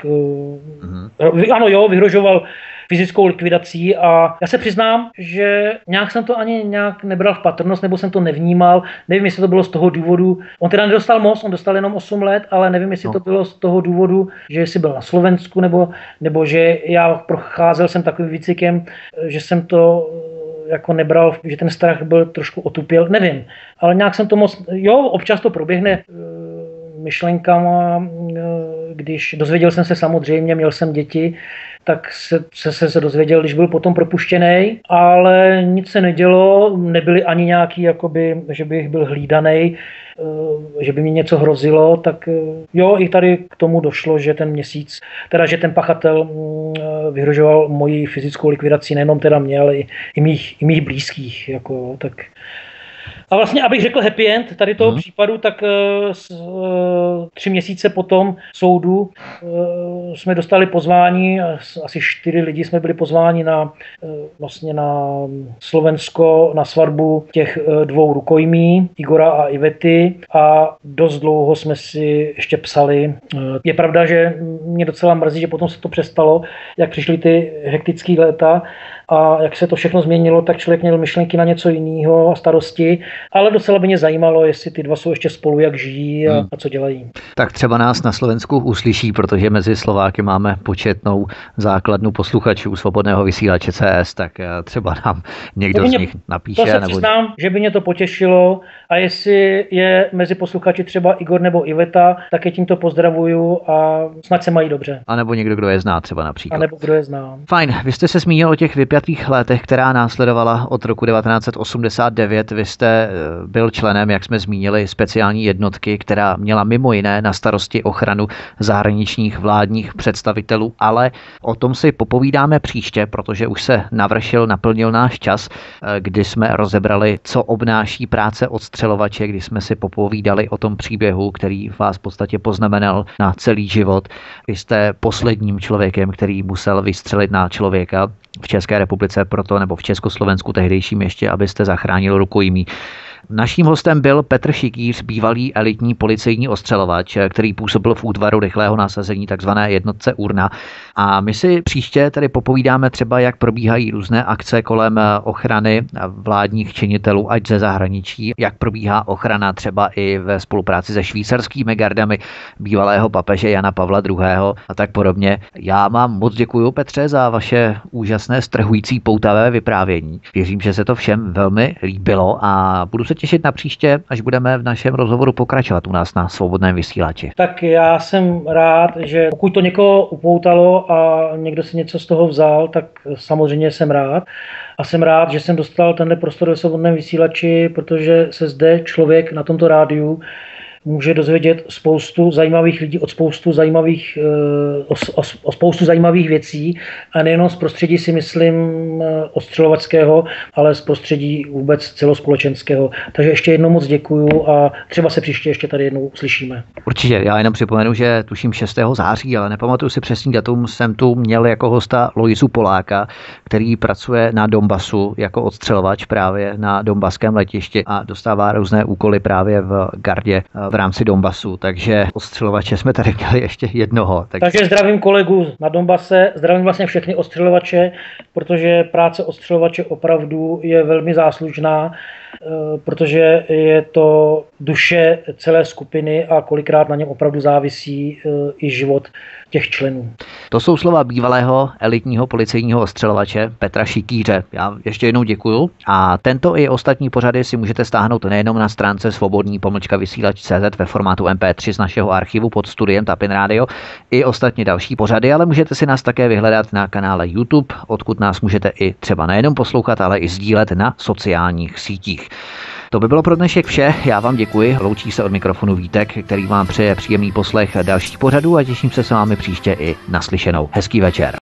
B: ano, jo, vyhrožoval fyzickou likvidací a já se přiznám, že nějak jsem to ani nějak nebral v patrnost, nebo jsem to nevnímal, nevím, jestli to bylo z toho důvodu, on teda nedostal moc, on dostal jenom 8 let, ale nevím, jestli to bylo z toho důvodu, že jsi byl na Slovensku, nebo že já procházel jsem takovým výcvikem, že jsem to jako nebral, že ten strach byl trošku otupěl, nevím, ale nějak jsem to moc, jo, občas to proběhne myšlenkama, když dozvěděl jsem se samozřejmě, měl jsem děti, tak se dozvěděl, když byl potom propuštěný, ale nic se nedělo, nebyly ani nějaký, jakoby, že bych byl hlídaný, že by mi něco hrozilo, tak jo, i tady k tomu došlo, že ten měsíc, teda že ten pachatel vyhrožoval moji fyzickou likvidaci, nejenom teda mě, ale i mých blízkých, jako, tak. A vlastně, abych řekl happy end tady toho případu, tak 3 měsíce po tom soudu jsme dostali pozvání, asi 4 lidi jsme byli pozváni vlastně na Slovensko, na svatbu těch 2 rukojmí, Igora a Ivety, a dost dlouho jsme si ještě psali. Je pravda, že mě docela mrzí, že potom se to přestalo, jak přišly ty hektické léta a jak se to všechno změnilo, tak člověk měl myšlenky na něco jiného a starosti. ale docela by mě zajímalo, jestli ty dva jsou ještě spolu, jak žijí a co dělají.
A: Tak třeba nás na Slovensku uslyší, protože mezi Slováky máme početnou základnu posluchačů Svobodného vysílače CS, tak třeba nám někdo z nich napíše.
B: To se přiznám, že by mě to potěšilo, a jestli je mezi posluchači třeba Igor nebo Iveta, tak je tímto pozdravuju a snad se mají dobře.
A: A nebo někdo, kdo je zná třeba například.
B: A nebo kdo je zná.
A: Fajn, vy jste se zmínil o těch vypjatých letech, která následovala od roku 1989. Vy jste byl členem, jak jsme zmínili, speciální jednotky, která měla mimo jiné na starosti ochranu zahraničních vládních představitelů, ale o tom si popovídáme příště, protože už se naplnil náš čas, kdy jsme rozebrali, co obnáší práce odstřelovače, kdy jsme si popovídali o tom příběhu, který vás v podstatě poznamenal na celý život. Vy jste posledním člověkem, který musel vystřelit na člověka v České republice, nebo v Československu tehdejším ještě, abyste zachránil rukojmí. Naším hostem byl Petr Šikýř, bývalý elitní policejní ostřelovač, který působil v útvaru rychlého nasazení, takzvané jednotce Urna. A my si příště tedy popovídáme třeba, jak probíhají různé akce kolem ochrany vládních činitelů, ať ze zahraničí, jak probíhá ochrana třeba i ve spolupráci se švýcarskými gardami bývalého papeže Jana Pavla II. A tak podobně. Já vám moc děkuji, Petře, za vaše úžasné, strhující, poutavé vyprávění. Věřím, že se to všem velmi líbilo a budu se těšit na příště, až budeme v našem rozhovoru pokračovat u nás na Svobodném vysílači.
B: Tak já jsem rád, že pokud to někoho upoutalo a někdo si něco z toho vzal, tak samozřejmě jsem rád. A jsem rád, že jsem dostal tenhle prostor ve Svobodném vysílači, protože se zde člověk na tomto rádiu může dozvědět spoustu zajímavých lidí o spoustu zajímavých věcí a nejenom z prostředí, si myslím, ostřelovačského, ale z prostředí vůbec celospolečenského. Takže ještě jednou moc děkuju a třeba se příště ještě tady jednou uslyšíme.
A: Určitě, já jenom připomenu, že tuším 6. září, ale nepamatuju si přesný datum, jsem tu měl jako hosta Loisu Poláka, který pracuje na Donbasu jako odstřelovač právě na donbaském letišti a dostává různé úkoly právě v gardě v rámci Donbasu, takže ostřelovače jsme tady měli ještě jednoho.
B: Takže zdravím kolegu na Donbase, zdravím vlastně všechny ostřelovače, protože práce ostřelovače opravdu je velmi záslužná, protože je to duše celé skupiny a kolikrát na něm opravdu závisí i život těch členů.
A: To jsou slova bývalého elitního policejního ostřelovače Petra Šikýře. Já ještě jednou děkuju a tento i ostatní pořady si můžete stáhnout nejenom na stránce svobodný-vysílač.cz ve formátu MP3 z našeho archivu pod studiem Tapin Radio, i ostatně další pořady, ale můžete si nás také vyhledat na kanále YouTube, odkud nás můžete i třeba nejenom poslouchat, ale i sdílet na sociálních sítích. To by bylo pro dnešek vše, já vám děkuji, loučí se od mikrofonu Vítek, který vám přeje příjemný poslech dalších pořadů a těším se s vámi příště i naslyšenou. Hezký večer.